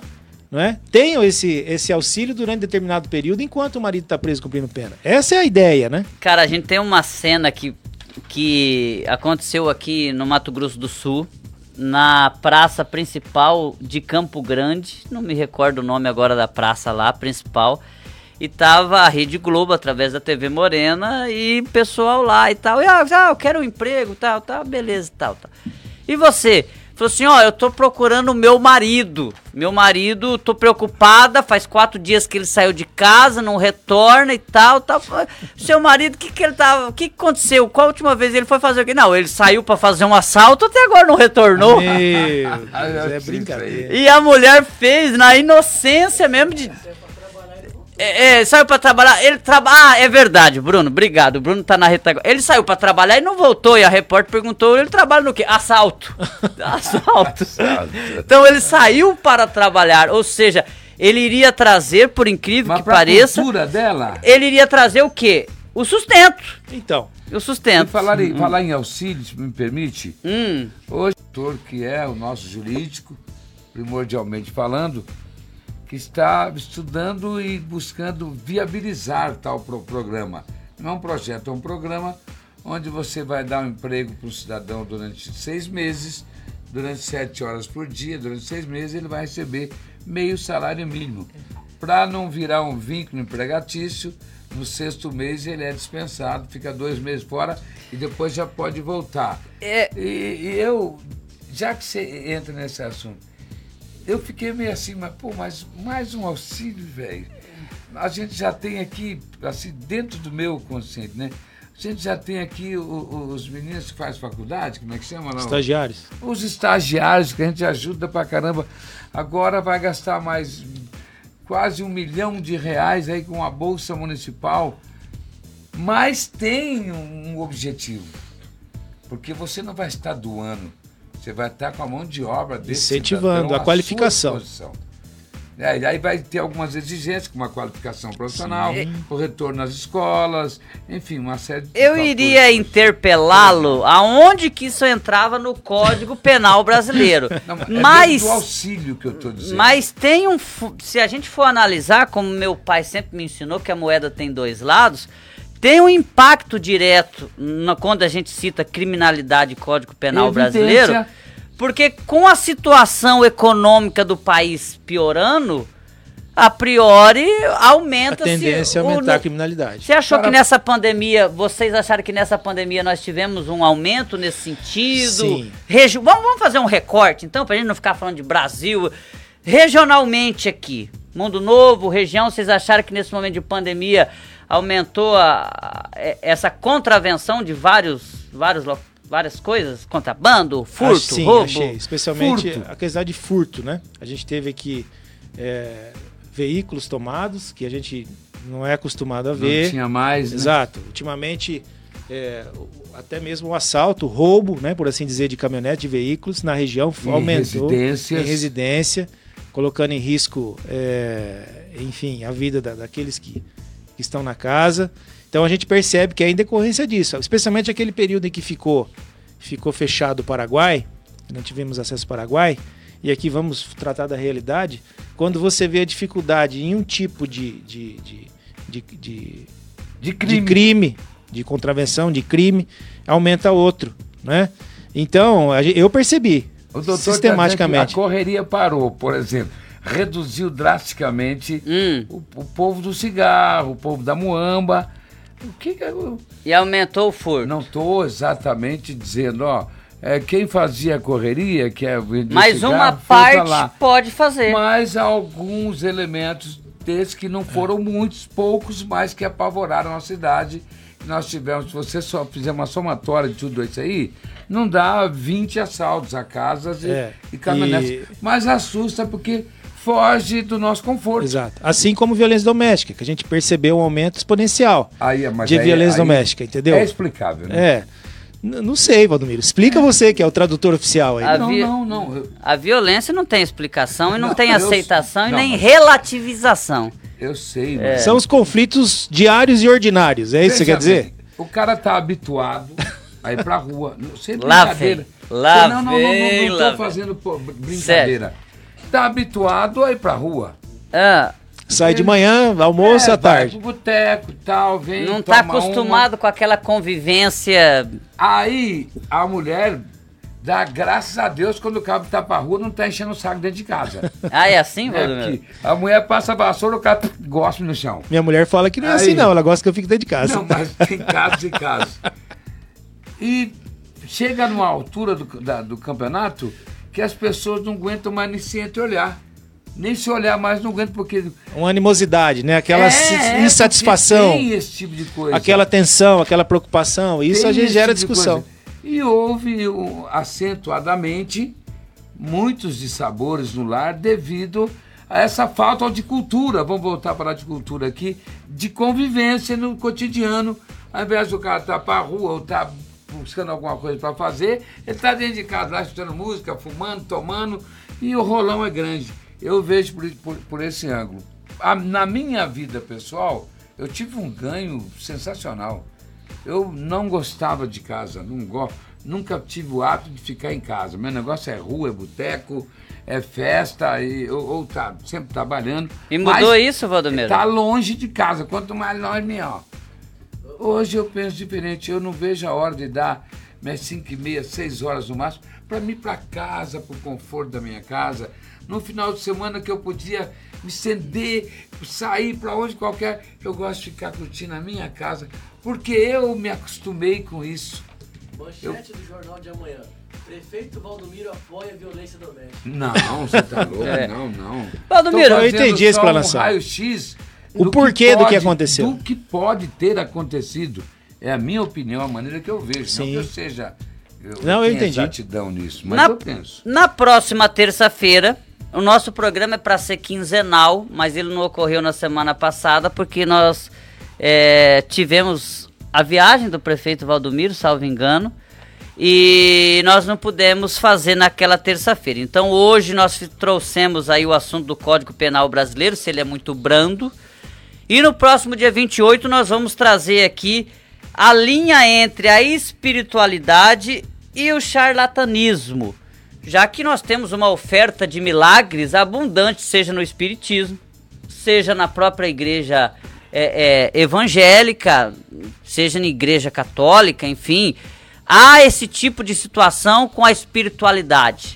não é? Tenham esse, esse auxílio durante determinado período enquanto o marido está preso cumprindo pena. Essa é a ideia, né? Cara, a gente tem uma cena que, que aconteceu aqui no Mato Grosso do Sul, na praça principal de Campo Grande, não me recordo o nome agora da praça lá, principal, e tava a Rede Globo através da T V Morena e pessoal lá e tal, e ah, eu quero um emprego, tal, tal, beleza, tal, tal. E você? Falou assim, ó, eu tô procurando o meu marido, meu marido, tô preocupada, faz quatro dias que ele saiu de casa, não retorna e tal, tal. Seu marido, o que que ele tava, o que que aconteceu? Qual a última vez ele foi fazer o quê? Não, ele saiu pra fazer um assalto, até agora não retornou. Meu Deus, é brincadeira. E a mulher fez, na inocência mesmo de... É, é, saiu pra trabalhar, ele trabalha, ah, é verdade, Bruno, obrigado, o Bruno tá na retaguarda, ele saiu pra trabalhar e não voltou, e a repórter perguntou, ele trabalha no quê? Assalto, assalto, então ele saiu para trabalhar, ou seja, ele iria trazer, por incrível Mas que pareça, cultura dela, ele iria trazer o quê? O sustento. Então, o sustento. E falar em, hum. falar em auxílio, se me permite, hum. hoje o doutor, que é o nosso jurídico, primordialmente falando, que está estudando e buscando viabilizar tal pro programa. Não é um projeto, é um programa onde você vai dar um emprego para o cidadão durante seis meses, durante sete horas por dia, durante seis meses ele vai receber meio salário mínimo. Para não virar um vínculo empregatício, no sexto mês ele é dispensado, fica dois meses fora e depois já pode voltar. É... E, e eu, já que você entra nesse assunto, eu fiquei meio assim, mas, pô, mas mais um auxílio, velho. A gente já tem aqui, assim, dentro do meu consciente, né? A gente já tem aqui o, o, os meninos que fazem faculdade, como é que chama? Não? Estagiários. Os estagiários, que a gente ajuda pra caramba. Agora vai gastar mais quase um milhão de reais aí com a Bolsa Municipal. Mas tem um, um objetivo. Porque você não vai estar doando. Você vai estar com a mão de obra desse incentivando a qualificação. É, e aí vai ter algumas exigências, como a qualificação profissional, sim, o retorno nas escolas, enfim, uma série de... Eu iria interpelá-lo aonde que isso entrava no Código Penal brasileiro. Não, mas, é do auxílio que eu estou dizendo. Mas tem um... Se a gente for analisar, como meu pai sempre me ensinou, que a moeda tem dois lados... Tem um impacto direto na, quando a gente cita criminalidade e Código Penal Evidência. brasileiro, porque com a situação econômica do país piorando, a priori aumenta-se... A tendência é aumentar o, a criminalidade. Você achou Para... que nessa pandemia, vocês acharam que nessa pandemia nós tivemos um aumento nesse sentido? Sim. Regi... Vamos, vamos fazer um recorte então, pra gente não ficar falando de Brasil. Regionalmente aqui, Mundo Novo, região, vocês acharam que nesse momento de pandemia... aumentou a, a, essa contravenção de vários, vários, várias coisas, contrabando, furto, ah, sim, roubo. Achei. Especialmente furto. A questão de furto, né? A gente teve aqui é, veículos tomados, que a gente não é acostumado a ver. Não tinha mais, né? Exato. Ultimamente, é, até mesmo o assalto, o roubo, né, por assim dizer, de caminhonete, de veículos na região em aumentou. Residências. Em residência, colocando em risco, é, enfim, a vida da, daqueles que... que estão na casa. Então a gente percebe que é em decorrência disso, especialmente aquele período em que ficou, ficou fechado o Paraguai, não tivemos acesso ao Paraguai, e aqui vamos tratar da realidade, quando você vê a dificuldade em um tipo de, de, de, de, de, de, crime. de crime, de contravenção, de crime, aumenta outro, né? Então, eu percebi, o doutor sistematicamente. A correria parou, por exemplo. Reduziu drasticamente hum. o, o povo do cigarro, o povo da muamba. O que que eu... E aumentou o furto. Não estou exatamente dizendo, ó, é, quem fazia a correria, que é vender Mas cigarro, uma parte lá. Pode fazer. Mas alguns elementos desses que não foram é. muitos, poucos, mas que apavoraram a cidade. Nós tivemos, se você só fizer uma somatória de tudo isso aí, não dá vinte assaltos a casas é. e, e caminhonetes. E... Mas assusta porque... foge do nosso conforto. Exato. Assim como violência doméstica, que a gente percebeu um aumento exponencial aí, mas de aí, violência aí doméstica, entendeu? É explicável, né? É. N- não sei, Valdomiro. Explica é. você, que é o tradutor oficial aí. A não, vi... não, não. Eu... A violência não tem explicação e não, não tem eu... aceitação e não, nem mas... relativização. Eu sei, é. mas... São os conflitos diários e ordinários, é isso que você quer dizer? Bem, o cara tá habituado a ir pra rua. Sem lá brincadeira. Vem. Lá não, não, não, não, não, não tô lá fazendo pô, brincadeira. Sério? tá habituado a ir pra rua. Ah, Sai de manhã, almoço é, à tarde. Vai pro boteco e tal, vem. não tá toma acostumado uma. com aquela convivência. Aí a mulher dá graças a Deus quando o cabo tá pra rua, não tá enchendo o saco dentro de casa. Ah, é assim, É, Valdomiro? porque a mulher passa a vassoura, o cara gosta no chão. Minha mulher fala que não é Aí. assim não, ela gosta que eu fique dentro de casa. Não, mas tem casos e casos. E chega numa altura do, da- do campeonato que as pessoas não aguentam mais nem se entre olhar. Nem se olhar mais não aguentam, porque... Uma animosidade, né? Aquela É, si- é, insatisfação, porque tem esse tipo de coisa. aquela tensão, aquela preocupação. Isso Tem a gente esse gera tipo de discussão. coisa. E houve um, acentuadamente muitos dissabores no lar devido a essa falta de cultura. Vamos voltar para a de cultura aqui, de convivência no cotidiano. Ao invés do cara estar para a rua ou estar buscando alguma coisa para fazer, ele está dentro de casa lá escutando música, fumando, tomando, e o rolão é grande. Eu vejo por, por, por esse ângulo. A, na minha vida pessoal, eu tive um ganho sensacional. Eu não gostava de casa, não gosto, nunca tive o hábito de ficar em casa. Meu negócio é rua, é boteco, é festa, e, ou, ou tá sempre trabalhando. E mudou isso, Valdomiro? Tá longe de casa, quanto mais longe, melhor. Hoje eu penso diferente, eu não vejo a hora de dar minhas cinco e meia, seis horas no máximo, para mim ir para casa, para o conforto da minha casa. No final de semana que eu podia me estender, sair para onde qualquer, eu gosto de ficar curtindo a minha casa, porque eu me acostumei com isso. Manchete Eu- do Jornal de Amanhã. Prefeito Valdomiro apoia a violência doméstica. Não, você tá louco, É. não, não. Valdomiro, Tô eu fazendo entendi esse só planação. um raio-x O do porquê do que pode- aconteceu. Do que pode ter acontecido. É a minha opinião, a maneira que eu vejo. Sim. Não que eu seja... Eu Não, eu tenha entendi. exatidão nisso, mas Na- eu penso. Na próxima terça-feira, o nosso programa é para ser quinzenal, mas ele não ocorreu na semana passada porque nós é, tivemos a viagem do prefeito Valdomiro, salvo engano, e nós não pudemos fazer naquela terça-feira. Então hoje nós fi- trouxemos aí o assunto do Código Penal brasileiro, se ele é muito brando, e no próximo dia vinte e oito nós vamos trazer aqui a linha entre a espiritualidade e o charlatanismo, já que nós temos uma oferta de milagres abundante, seja no espiritismo, seja na própria igreja é, é, evangélica, seja na igreja católica, enfim, há esse tipo de situação com a espiritualidade.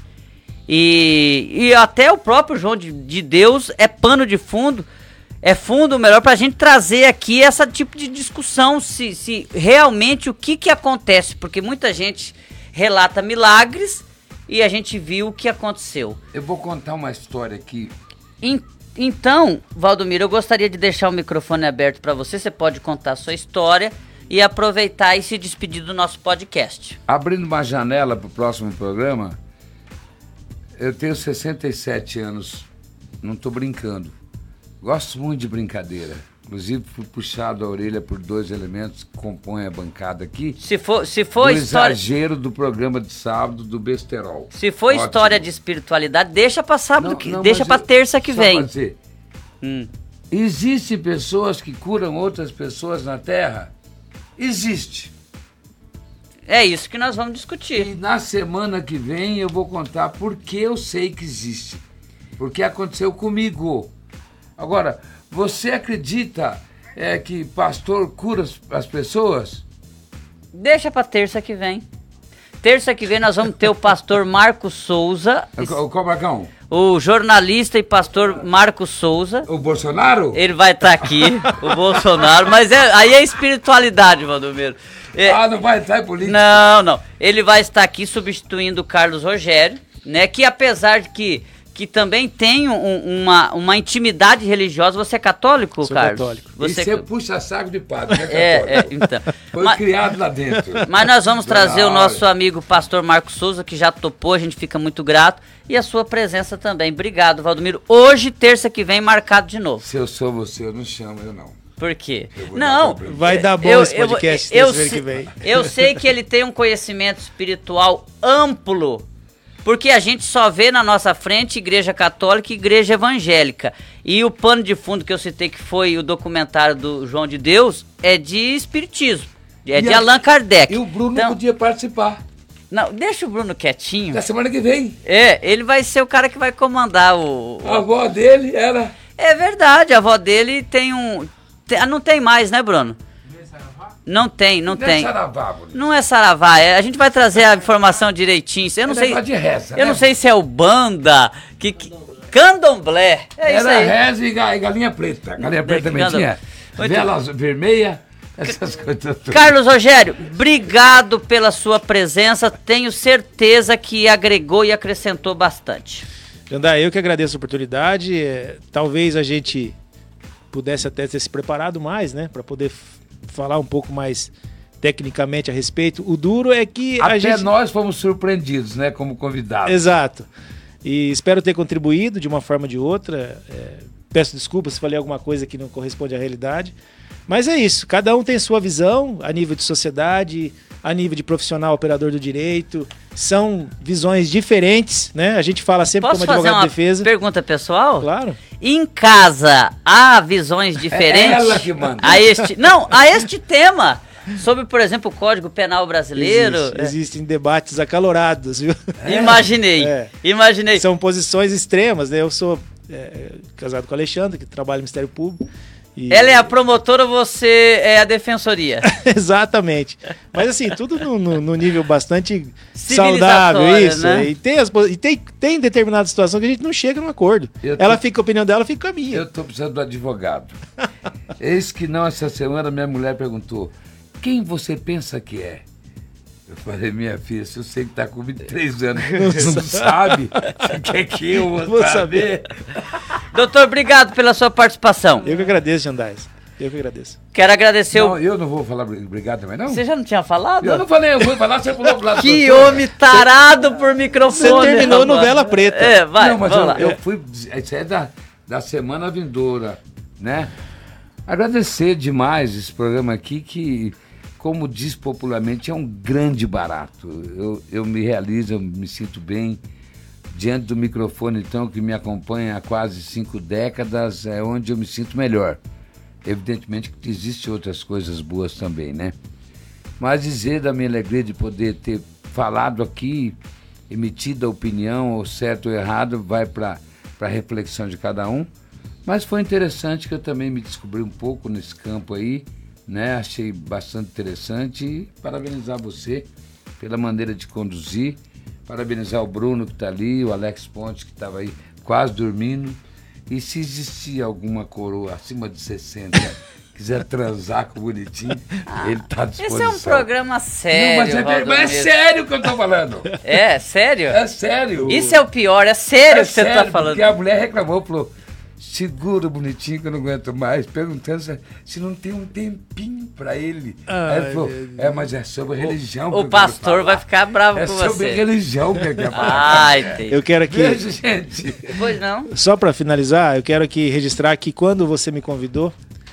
E, e até o próprio João de, de Deus é pano de fundo, é fundo melhor para a gente trazer aqui esse tipo de discussão, se, se realmente o que, que acontece, porque muita gente relata milagres e a gente viu o que aconteceu. Eu vou contar uma história aqui. En- Então, Valdomiro, eu gostaria de deixar o microfone aberto para você, você pode contar a sua história e aproveitar e se despedir do nosso podcast. Abrindo uma janela para o próximo programa, eu tenho sessenta e sete anos, não estou brincando. Gosto muito de brincadeira. Inclusive, fui puxado a orelha por dois elementos que compõem a bancada aqui. Se for, se for do história, exagero do programa de sábado do Besterol. se for Ótimo. história de espiritualidade, deixa para sábado, Não, que, não, deixa mas para eu- terça que só vem. pra dizer, Hum. Existem pessoas que curam outras pessoas na Terra? Existe. É isso que nós vamos E discutir. na semana que vem eu vou contar por que eu sei que existe. Porque aconteceu comigo. Agora, você acredita é, que pastor cura as, as pessoas? Deixa para terça que vem. Terça que vem nós vamos ter o pastor Marcos Souza, O Cobracão? o jornalista e pastor Marcos Souza. O Bolsonaro? Ele vai estar aqui, o Bolsonaro, mas é, aí é espiritualidade, Valdomiro. É, Ah, não vai entrar em política? não, não. Ele vai estar aqui substituindo o Carlos Rogério, né? Que apesar de que, que também tem um- uma, uma intimidade religiosa. Você é católico, Sou Carlos? católico. Você Isso é puxa saco de padre, né, é, é, católico? então. Foi Mas, criado lá dentro. mas nós vamos trazer o Dona nosso Áurea. amigo pastor Marcos Souza, que já topou, a gente fica muito grato. E a sua presença também. Obrigado, Valdomiro. Hoje, terça que vem, marcado de novo. Se eu sou você, eu não chamo, eu não. Por quê? Eu vou Não. dar problema. Vai dar bom eu- esse eu- podcast eu, terça-feira sei- que vem. eu sei que ele tem um conhecimento espiritual amplo, porque a gente só vê na nossa frente igreja católica e igreja evangélica. E o pano de fundo que eu citei, que foi o documentário do João de Deus, é de espiritismo. É E de a- Allan Kardec. E o Bruno Então, podia participar. Não, deixa o Bruno quietinho. Da semana que vem. É, ele vai ser o cara que vai comandar o... o... A avó dele era... É verdade, a avó dele tem um... Tem, não tem mais, né, Bruno? Não tem, não, não tem. Não é Saravá, bonito. Não é Saravá, é, a gente vai trazer a informação direitinho. Eu não é sei. De reza, eu né? não sei se é o Banda, que, que Candomblé. É Era isso aí. reza e galinha preta. Galinha preta também tinha. Vela vermelha, essas coisas todas. Carlos Rogério, obrigado pela sua presença. Tenho certeza que agregou e acrescentou bastante. Jandai, eu que agradeço a oportunidade. É, talvez a gente pudesse até ter se preparado mais, né, para poder falar um pouco mais tecnicamente a respeito. O duro é que até a gente... nós fomos surpreendidos, né, como convidados. Exato. E espero ter contribuído de uma forma ou de outra. É, peço desculpas se falei alguma coisa que não corresponde à realidade. Mas é isso. Cada um tem sua visão a nível de sociedade, a nível de profissional operador do direito. São visões diferentes, né? A gente fala sempre Posso como advogado fazer uma de defesa. Pergunta pessoal? Claro. Em casa há visões diferentes? É ela que manda. A este, não, a este tema. Sobre, por exemplo, o Código Penal Brasileiro. Existe, existem debates acalorados, viu? É. Imaginei, é. imaginei. São posições extremas, né? Eu sou é, casado com a Alexandra, que trabalha no Ministério Público. E... Ela é a promotora, você é a defensoria. Exatamente. Mas assim, tudo no, no, no nível bastante saudável, isso. Né? E, tem, as, e tem, tem determinada situação que a gente não chega num acordo. Tô... Ela fica com a opinião dela, fica com a minha. Eu tô precisando do advogado. Eis que não, essa semana minha mulher perguntou: quem você pensa que é? Eu falei, minha filha, se eu sei que tá com vinte e três anos, não, não sabe, você quer que eu vou, vou saber? Doutor, obrigado pela sua participação. Eu que agradeço, Jandais. Eu que agradeço. Quero agradecer não, o... eu não vou falar obrigado também, não? Você já não tinha falado? Eu não falei, eu vou falar, você falou pro lado. Que homem tarado por microfone. Você terminou a novela preta. É, vai, não, mas vamos eu, lá. eu fui, isso é da, da semana vindoura, né? Agradecer demais esse programa aqui, que, como diz popularmente, é um grande barato. Eu, eu me realizo, eu me sinto bem diante do microfone, então, que me acompanha há quase cinco décadas, é onde eu me sinto melhor. Evidentemente que existem outras coisas boas também, né? Mas dizer da minha alegria de poder ter falado aqui, emitido a opinião, ou certo ou errado, vai para a reflexão de cada um. Mas foi interessante que eu também me descobri um pouco nesse campo aí, né? Achei bastante interessante e parabenizar você pela maneira de conduzir, parabenizar o Bruno que está ali, o Alex Ponte que estava aí quase dormindo. E se existir alguma coroa acima de sessenta, quiser transar com o bonitinho, ah, ele está à disposição. Esse é um programa sério. Não, mas é, mas é sério que eu estou falando. É, sério? É sério. Isso é o pior, é sério é que você está falando. Porque a mulher reclamou, falou, segura bonitinho que eu não aguento mais, perguntando se, se não tem um tempinho pra ele. Ai, aí ele falou, é, mas é sobre religião. O, o pastor vai ficar bravo é com você. É sobre religião que ele quer falar. Ah, entendi. Eu quero aqui... Beijo, gente. Pois não. Só pra finalizar, eu quero aqui registrar que quando você me convidou,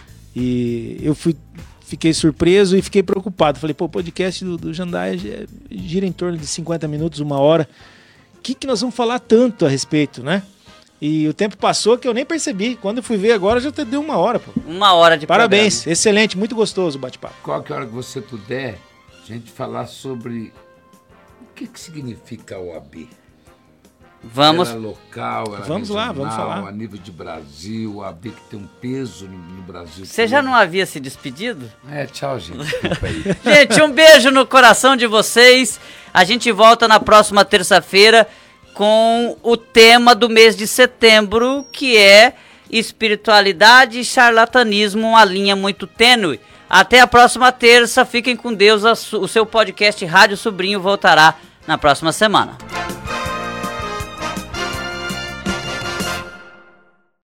e eu fui, fiquei surpreso e fiquei preocupado. Falei, pô, o podcast do, do Jandai gira em torno de cinquenta minutos, uma hora. O que, que nós vamos falar tanto a respeito, né? E o tempo passou que eu nem percebi. Quando eu fui ver agora, já deu uma hora, pô. Uma hora de Parabéns, programa. Excelente, muito gostoso o bate-papo. Qualquer hora que você puder, a gente falar sobre o que, que significa a O A B. Vamos. Ela é local, ela vamos regional, lá, vamos falar. A nível de Brasil, a O A B que tem um peso no, no Brasil. Você já não havia se despedido? É, tchau, gente. Desculpa aí. Gente, um beijo no coração de vocês. A gente volta na próxima terça-feira com o tema do mês de setembro, que é espiritualidade e charlatanismo, uma linha muito tênue. Até a próxima terça, fiquem com Deus, o seu podcast Rádio Sobrinho voltará na próxima semana.